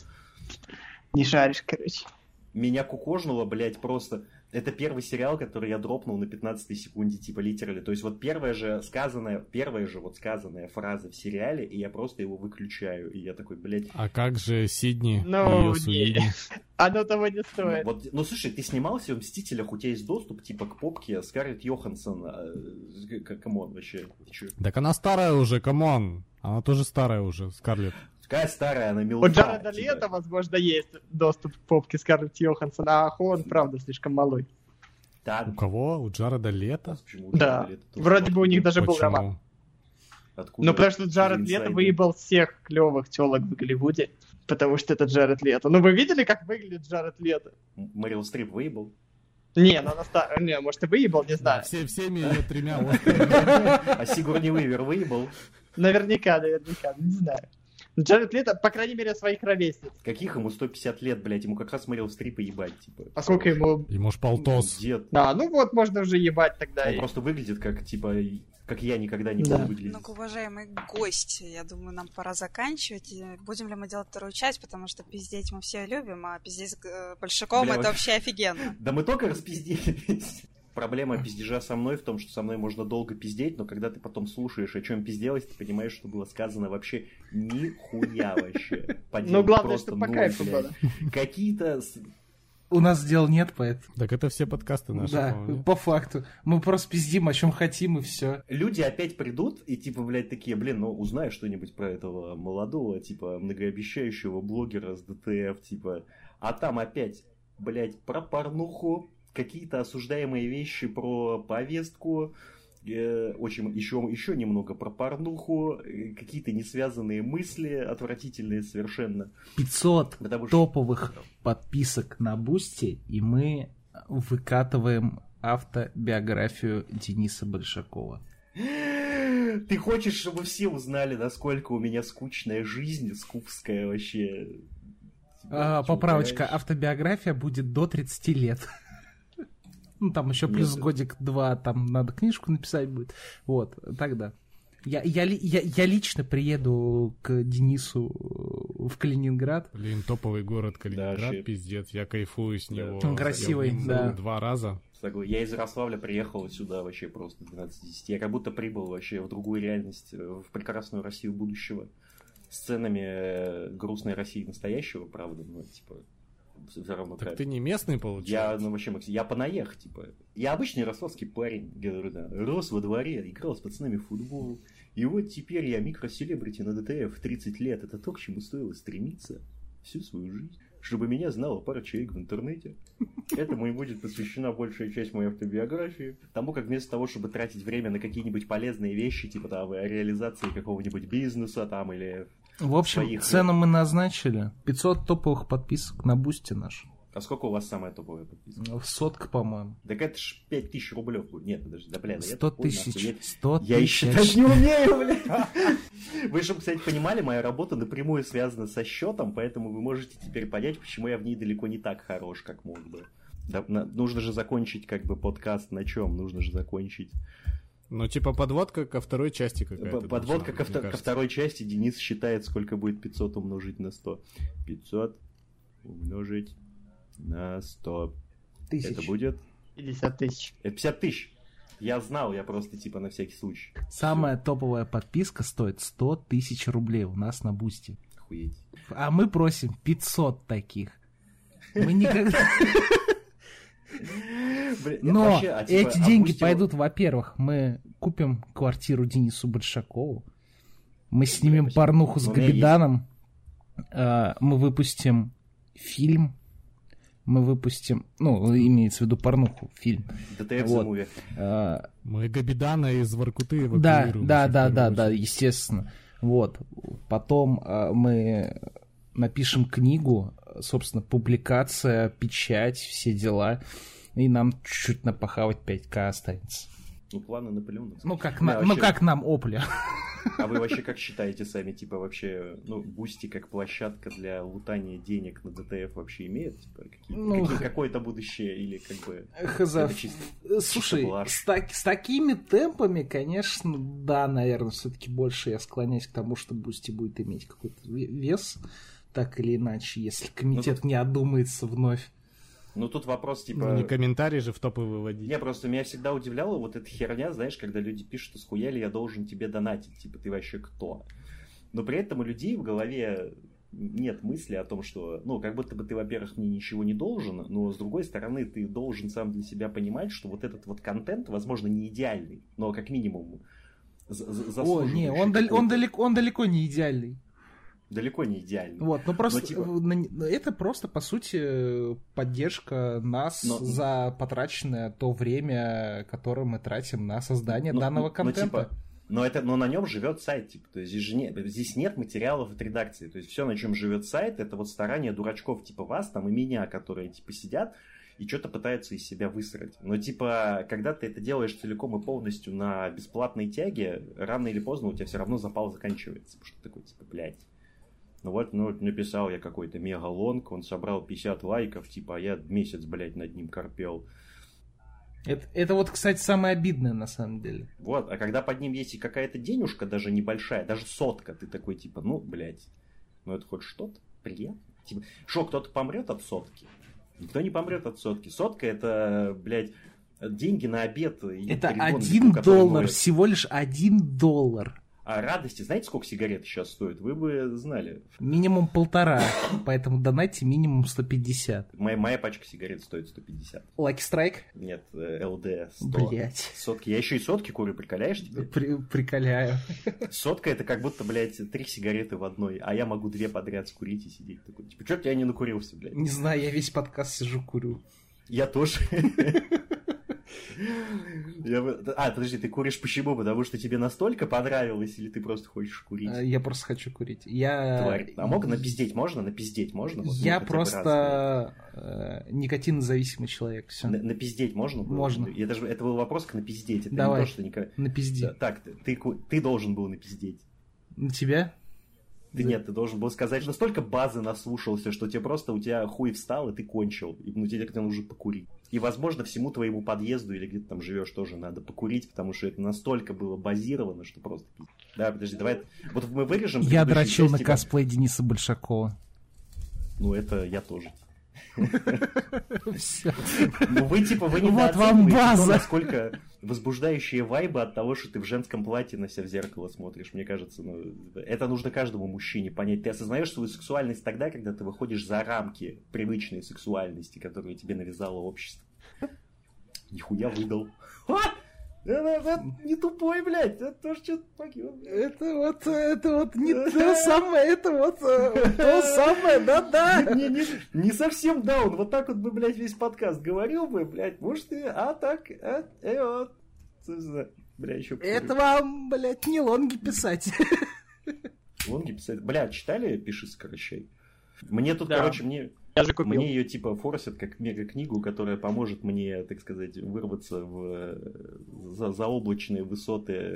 Не шаришь, короче. Меня кукожнуло, блядь, просто... Это первый сериал, который я дропнул на 15 секунде, типа, литерали. То есть вот первая же сказанная фраза в сериале, и я просто его выключаю. И я такой, блядь... А как же Сидни? Ну, не. Оно того не стоит. Ну, слушай, ты снимался в «Мстителях», у тебя есть доступ, типа, к попке Скарлетт Йоханссон. Камон, вообще. Так она старая уже, камон. Она тоже старая уже, Скарлетт. Какая старая, она милфа. У Джареда Лето, возможно, есть доступ к попке Скарлетт Йоханссон, а Холланд, правда, слишком малой. Да. У кого? У Джареда Лето? Да. Вроде бы у них даже был роман. Откуда? Ну, потому что Джаред Лето выебал всех клевых телок в Голливуде, потому что это Джаред Лето. Ну, вы видели, как выглядит Джаред Лето? Мэрил Стрип выебал? Не, ну она старая. Не, может, и выебал, не знаю. Всеми тремя. А Сигурни Уивер выебал? Наверняка, не знаю. Джаред Лето, по крайней мере, своих ровесниц. Каких ему 150 лет, блядь, ему как раз Мэрил Стрип и ебать, типа. А сколько ему? Ему ж полтос. Дед. Ну вот, можно уже ебать тогда. Он просто выглядит как, типа, как я никогда не буду выглядеть. Ну-ка, уважаемые гости, я думаю, нам пора заканчивать. Будем ли мы делать вторую часть, потому что пиздеть мы все любим, а пиздеть большаком это вообще офигенно. Да мы только распизделись. Проблема пиздежа со мной в том, что со мной можно долго пиздеть, но когда ты потом слушаешь, о чем пизделось, ты понимаешь, что было сказано вообще нихуя вообще. Ну, главное, что по кайфу было. Какие-то... У нас дел нет, поэтому... Так это все подкасты наши. Да, по факту. Мы просто пиздим, о чем хотим, и все. Люди опять придут и, типа, блядь, такие, ну, узнай что-нибудь про этого молодого, типа, многообещающего блогера с ДТФ, типа. А там опять, блядь, про порнуху, какие-то осуждаемые вещи про повестку, еще немного про порнуху, какие-то несвязанные мысли, отвратительные совершенно. 500 топовых подписок на Бусти, и мы выкатываем автобиографию Дениса Большакова. Ты хочешь, чтобы все узнали, насколько у меня скучная жизнь, скупская вообще? Поправочка, автобиография будет до 30 лет. Ну, там еще плюс годик-два, там надо книжку написать будет. Вот, тогда. Я лично приеду к Денису в Калининград. Блин, топовый город Калининград, да, пиздец, я кайфую с него. Он красивый, да. 2 раза. Я из Ярославля приехал сюда вообще просто 12-10. Я как будто прибыл вообще в другую реальность, в прекрасную Россию будущего. Сценами грустной России настоящего, правда, но типа... Все равно так ты не местный, получается? Я понаех, типа. Я обычный ярославский парень, говорю, да. Рос во дворе, играл с пацанами в футбол. И вот теперь я микроселебрити на ДТФ 30 лет. Это то, к чему стоило стремиться всю свою жизнь. чтобы меня знала пара человек в интернете. Этому и будет посвящена большая часть моей автобиографии. Тому, как вместо того, чтобы тратить время на какие-нибудь полезные вещи, типа там реализации какого-нибудь бизнеса там или... В общем, цену мы назначили. 500 топовых подписок на Бусти наш. А сколько у вас самая топовая подписка? 100, по-моему. Так это ж 5000 рублев будет. Нет, подожди, да, бля, 100 тысяч. 100 тысяч. Я и считать не умею, бля. Вы, чтобы, кстати, понимали, моя работа напрямую связана со счетом, поэтому вы можете теперь понять, почему я в ней далеко не так хорош, как мог бы. Да, нужно же закончить как бы подкаст на чем? Нужно же закончить... Ну, типа подводка ко второй части какая-то. Подводка ко второй части. Денис считает, сколько будет 500 умножить на 100. 500 умножить на 100. Тысяч. Это будет... 50 тысяч. Это 50 тысяч. Я знал, я просто типа на всякий случай. Самая топовая подписка стоит 100 тысяч рублей у нас на Бусти. Охуеть. А мы просим 500 таких. Мы никогда... Но эти деньги пойдут, во-первых, мы купим квартиру Денису Большакову, мы снимем порнуху с Габиданом, мы выпустим фильм, мы выпустим, ну, имеется в виду порнуху, фильм. ДТФ вот. Муви. Мы Габидана из Воркуты эвакуируем. Да, естественно. Вот. Потом мы напишем книгу, собственно, публикация, печать, все дела. И нам чуть-чуть напахавать 5К останется. Ну, планы Наполеона. Ну, как нам опля. А вы вообще как считаете сами, типа, вообще, ну, Бусти как площадка для лутания денег на ДТФ вообще имеет? Типа, какое-то будущее или как бы... Слушай, с такими темпами, конечно, да, наверное, все-таки больше я склоняюсь к тому, что Бусти будет иметь какой-то вес, так или иначе, если комитет не одумается вновь. Ну, тут вопрос, типа... Ну, не комментарий же в топы выводить. Не, просто меня всегда удивляла вот эта херня, знаешь, когда люди пишут, схуяли, я должен тебе донатить, типа, ты вообще кто? Но при этом у людей в голове нет мысли о том, что, ну, как будто бы ты, во-первых, мне ничего не должен, но, с другой стороны, ты должен сам для себя понимать, что вот этот вот контент, возможно, не идеальный, но, как минимум, заслуживающий. Он далеко не идеальный. Далеко не идеально. Вот, но просто это просто, по сути, поддержка нас за потраченное то время, которое мы тратим на создание данного контента. Но на нем живет сайт, типа, то есть здесь нет материалов от редакции. То есть все, на чем живет сайт, это вот старания дурачков типа вас там и меня, которые типа сидят и что-то пытаются из себя высрать. Но типа, когда ты это делаешь целиком и полностью на бесплатной тяге, рано или поздно у тебя все равно запал заканчивается. Потому что ты такой, типа, блядь. Ну вот, написал я какой-то мегалонг, он собрал 50 лайков, типа, а я месяц, блядь, над ним корпел. Это вот, кстати, самое обидное, на самом деле. Вот, а когда под ним есть и какая-то денежка, даже небольшая, даже 100, ты такой, типа, ну, блядь, ну это хоть что-то, приятно. Типа, шо, кто-то помрет от 100? Никто не помрет от 100. 100 это, блядь, деньги на обед. Это $1, всего лишь $1. А радости, знаете, сколько сигарет сейчас стоит? Вы бы знали. Минимум 1,5, поэтому донайте минимум 150. Моя пачка сигарет стоит 150. Lucky Strike? Нет, ЛД 100. Блять. Сотки. Я еще и сотки курю, приколяешь теперь? Приколяю. Сотка это как будто, блядь, 3 сигареты в одной, а я могу 2 подряд скурить и сидеть такой. Типа, чё я не накурился, блядь? Не знаю, я весь подкаст сижу, курю. Я тоже. Подожди, ты куришь почему? Потому что тебе настолько понравилось, или ты просто хочешь курить? Я просто хочу курить. Тварь. А мог напиздеть можно? Напиздеть можно? Я просто никотинозависимый человек. Все. Напиздеть можно было? Можно. Это был вопрос к напиздеть. Это давай, не то, что напизди. Так, ты должен был напиздеть. На тебя? Нет, ты должен был сказать, что настолько базы наслушался, что у тебя хуй встал, и ты кончил. И тебе как-то нужно покурить. И, возможно, всему твоему подъезду или где-то там живешь тоже надо покурить, потому что это настолько было базировано, что просто... Да, подожди, давай... Вот мы вырежем... Я дрочил на косплей Дениса Большакова. Ну, это я тоже. Все. Ну, вы не вот вам база. Насколько возбуждающие вайбы от того, что ты в женском платье на себя в зеркало смотришь. Мне кажется, это нужно каждому мужчине понять. Ты осознаешь свою сексуальность тогда, когда ты выходишь за рамки привычной сексуальности, которую тебе навязало общество. Нихуя выдал. Это не тупой, блядь, это тоже что-то погибло. Это вот не то самое, это вот то самое, да-да. Не совсем даун, вот так вот бы, блядь, весь подкаст говорил бы, блядь, может и, вот. Бля, еще это вам, блядь, не лонги писать. Лонги писать. Бля, читали «Пиши, сокращай»? Мне тут, Да. короче, мне купил. Мне ее типа форсят как мега-книгу, которая поможет мне, так сказать, вырваться в заоблачные высоты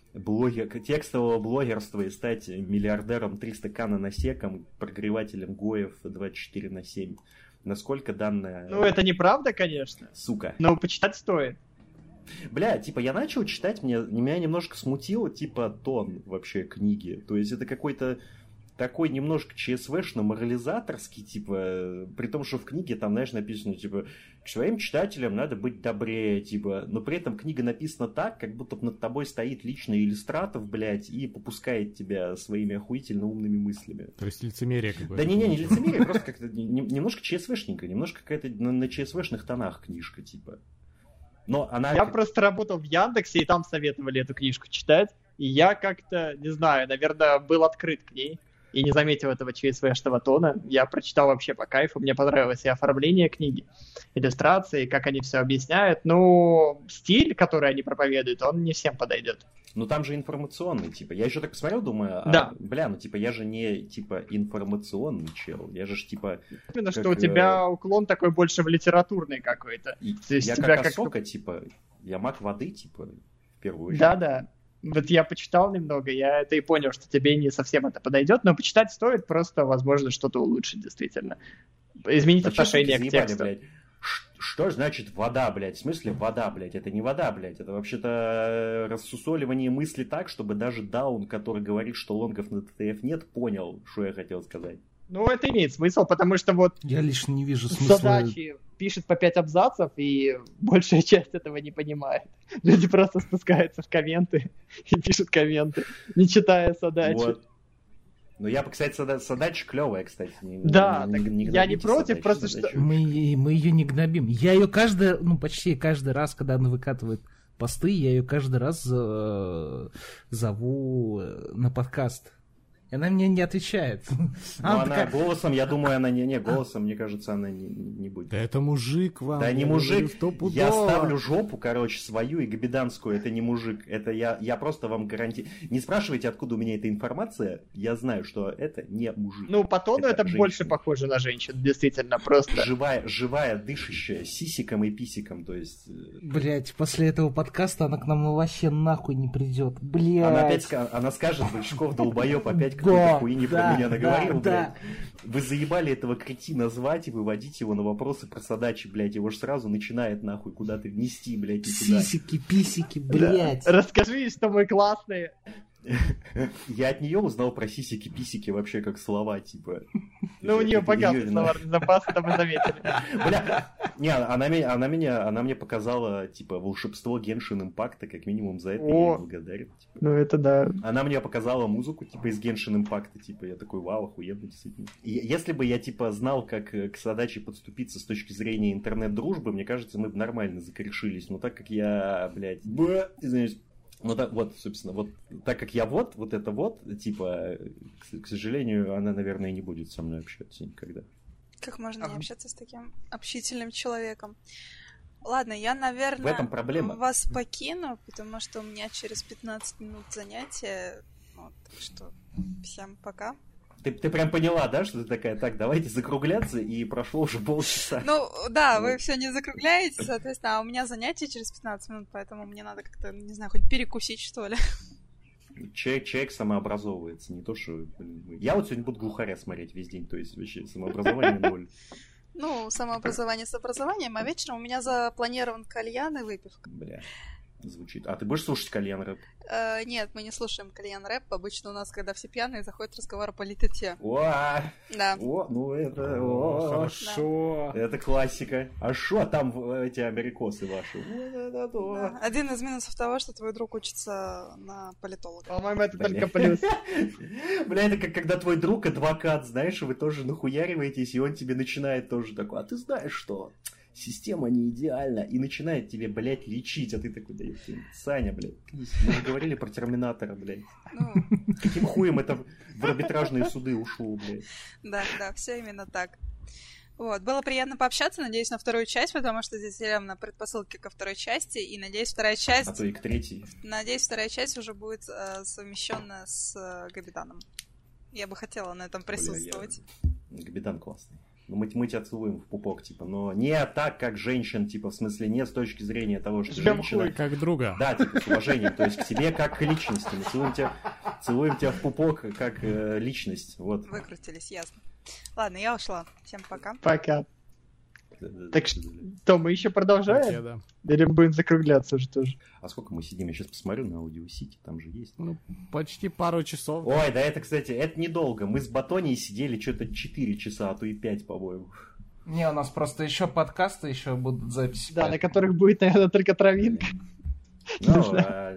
текстового блогерства и стать миллиардером 300к наносеком, прогревателем Гоев 24/7. Насколько данная... Ну, это неправда, конечно. Сука. Но почитать стоит. Бля, типа, я начал читать, меня немножко смутило, типа, тон вообще книги. То есть это какой-то такой немножко ЧСВшно-морализаторский, типа, при том, что в книге там, знаешь, написано, типа, к своим читателям надо быть добрее, типа, но при этом книга написана так, как будто над тобой стоит личный иллюстратор, блядь, и попускает тебя своими охуительно умными мыслями. То есть лицемерие какое-то. Да не лицемерие, просто как-то немножко ЧСВшненько, немножко какая-то на ЧСВшных тонах книжка, типа. Но она... Я просто работал в Яндексе, и там советовали эту книжку читать, и я как-то, не знаю, наверное, был открыт к ней. И не заметил этого ЧСВшного тона. Я прочитал вообще по кайфу. Мне понравилось и оформление книги, иллюстрации, как они все объясняют. Но стиль, который они проповедуют, он не всем подойдет. Ну там же информационный, типа. Я еще так посмотрел, думаю, да. Бля, ну типа я же не, типа, информационный чел. Я же типа... Именно, что у тебя уклон такой больше в литературный какой-то. Я как Осока, типа, я маг воды, типа, в первую очередь. Да. Вот я почитал немного, я это и понял, что тебе не совсем это подойдет, но почитать стоит, просто, возможно, что-то улучшить, действительно. Изменить отношение к тексту. Блядь? Что значит вода, блядь? В смысле вода, блядь? Это не вода, блядь. Это вообще-то рассусоливание мысли так, чтобы даже даун, который говорит, что лонгов на ТТФ нет, понял, что я хотел сказать. Ну, это имеет смысл, потому что вот... Я лично не вижу смысла... Задачи пишет по 5 абзацев, и большая часть этого не понимает. Люди просто спускаются в комменты и пишут комменты, не читая задачи. Вот. Ну, я, кстати, задача клевая, кстати. Я не против, просто что... Мы ее не гнобим. Я ее почти каждый раз, когда она выкатывает посты, я ее каждый раз зову на подкаст. И она мне не отвечает. Она такая... голосом, я думаю, она не голосом, мне кажется, она не будет. Да это мужик вам. Да не мужик. Я ставлю жопу, короче, свою и габиданскую. Это не мужик. Это я просто вам гарантирую. Не спрашивайте, откуда у меня эта информация. Я знаю, что это не мужик. Ну, по тону это больше похоже на женщин, действительно, просто. Живая, дышащая, сисиком и писиком, то есть... Блять, после этого подкаста она к нам вообще нахуй не придет. Блять. Она скажет, Большков, долбоеб, опять какой-то хуйни про меня наговорил, блядь. Вы заебали этого кретина звать и выводить его на вопросы про задачи, блядь. Его же сразу начинает нахуй куда-то нести, блядь, и туда. Сисики, писики, блядь. Да. Расскажи, что мы классные. Я от нее узнал про сисики-писики вообще как слова, типа. Ну, у нее богатый словарный запас, это мы заметили. Бля, не, она мне показала, типа, волшебство Genshin Impact, как минимум за это я благодарен. Типа. Ну, это да. Она мне показала музыку, типа, из Genshin Impact, типа, я такой, вау, охуенно, действительно. И если бы я, типа, знал, как к задаче подступиться с точки зрения интернет-дружбы, мне кажется, мы бы нормально закорешились. Но так как я, блядь, извиняюсь, ну да, вот, собственно, вот так как я вот это вот, типа, к сожалению, она, наверное, не будет со мной общаться никогда. Как можно не общаться с таким общительным человеком? Ладно, я, наверное, в этом проблема. Вас покину, потому что у меня через 15 минут занятия. Вот, так что всем пока. Ты прям поняла, да, что ты такая, так, давайте закругляться, и прошло уже полчаса. Ну, да, вы все не закругляете, соответственно, а у меня занятие через 15 минут, поэтому мне надо как-то, не знаю, хоть перекусить, что ли. Человек самообразовывается, не то, что... Я вот сегодня буду глухаря смотреть весь день, то есть вообще самообразование ноль. Ну, самообразование с образованием, а вечером у меня запланирован кальян и выпивка. Бля, звучит. А ты будешь слушать кальян-рэп? Нет, мы не слушаем кальян-рэп. Обычно у нас, когда все пьяные, заходит разговор о политете. О, да. Ну это... Хорошо. Да. Это классика. А шо там эти америкосы ваши? Да. Один из минусов того, что твой друг учится на политолога. По-моему, это только плюс. Бля, это как когда твой друг адвокат, знаешь, вы тоже нахуяриваетесь, и он тебе начинает тоже такой, а ты знаешь что... система не идеальна, и начинает тебе, блядь, лечить, а ты такой, да, Саня, блядь, мы же говорили про Терминатора, блядь. Каким хуем это в арбитражные суды ушло, блядь. Да, все именно так. Вот, было приятно пообщаться, надеюсь, на вторую часть, потому что здесь явно предпосылки ко второй части, и надеюсь, вторая часть... А то и к третьей. Надеюсь, вторая часть уже будет совмещена с Габиданом. Я бы хотела на этом присутствовать. Габидан классный. Ну, мы тебя целуем в пупок, типа, но не так, как женщин, типа, в смысле, не с точки зрения того, что женщина... Как друга. Да, типа, с уважением, то есть к тебе как к личности. Мы целуем тебя в пупок как личность, вот. Выкрутились, ясно. Ладно, я ушла. Всем пока. Пока. Так что, мы еще продолжаем? Да. Или будем закругляться уже тоже? А сколько мы сидим? Я сейчас посмотрю на Audio City, там же есть. Ну, почти пару часов. Ой, да это, кстати, это недолго. Мы с Батонией сидели что-то 4 часа, а то и 5, по-моему. Не, у нас просто еще подкасты, еще будут записи. Да, на которых будет, наверное, только травинка. Ну,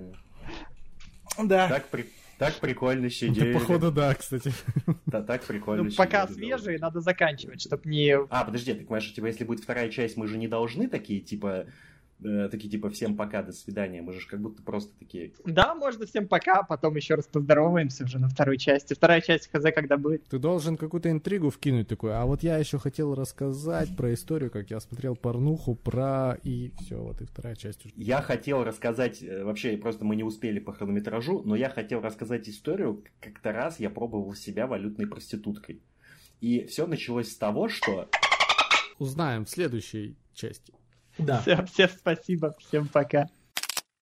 Да. так прикольно сидели. Да, походу, да, кстати. Да, так прикольно Ну, сидели. пока свежие, надо заканчивать, чтобы не... А, подожди, ты понимаешь, типа, если будет вторая часть, мы же не должны такие, типа, всем пока, до свидания. Мы же как будто просто такие... Да, можно всем пока, потом еще раз поздороваемся уже на второй части. Вторая часть хз когда будет. Ты должен какую-то интригу вкинуть такую. А вот я еще хотел рассказать про историю, как я смотрел порнуху про... И все, вот и вторая часть уже. Я хотел рассказать, вообще, просто мы не успели по хронометражу, но я хотел рассказать историю, как-то раз я пробовал себя валютной проституткой. И все началось с того, что... Узнаем в следующей части. Да. Всем спасибо, всем пока.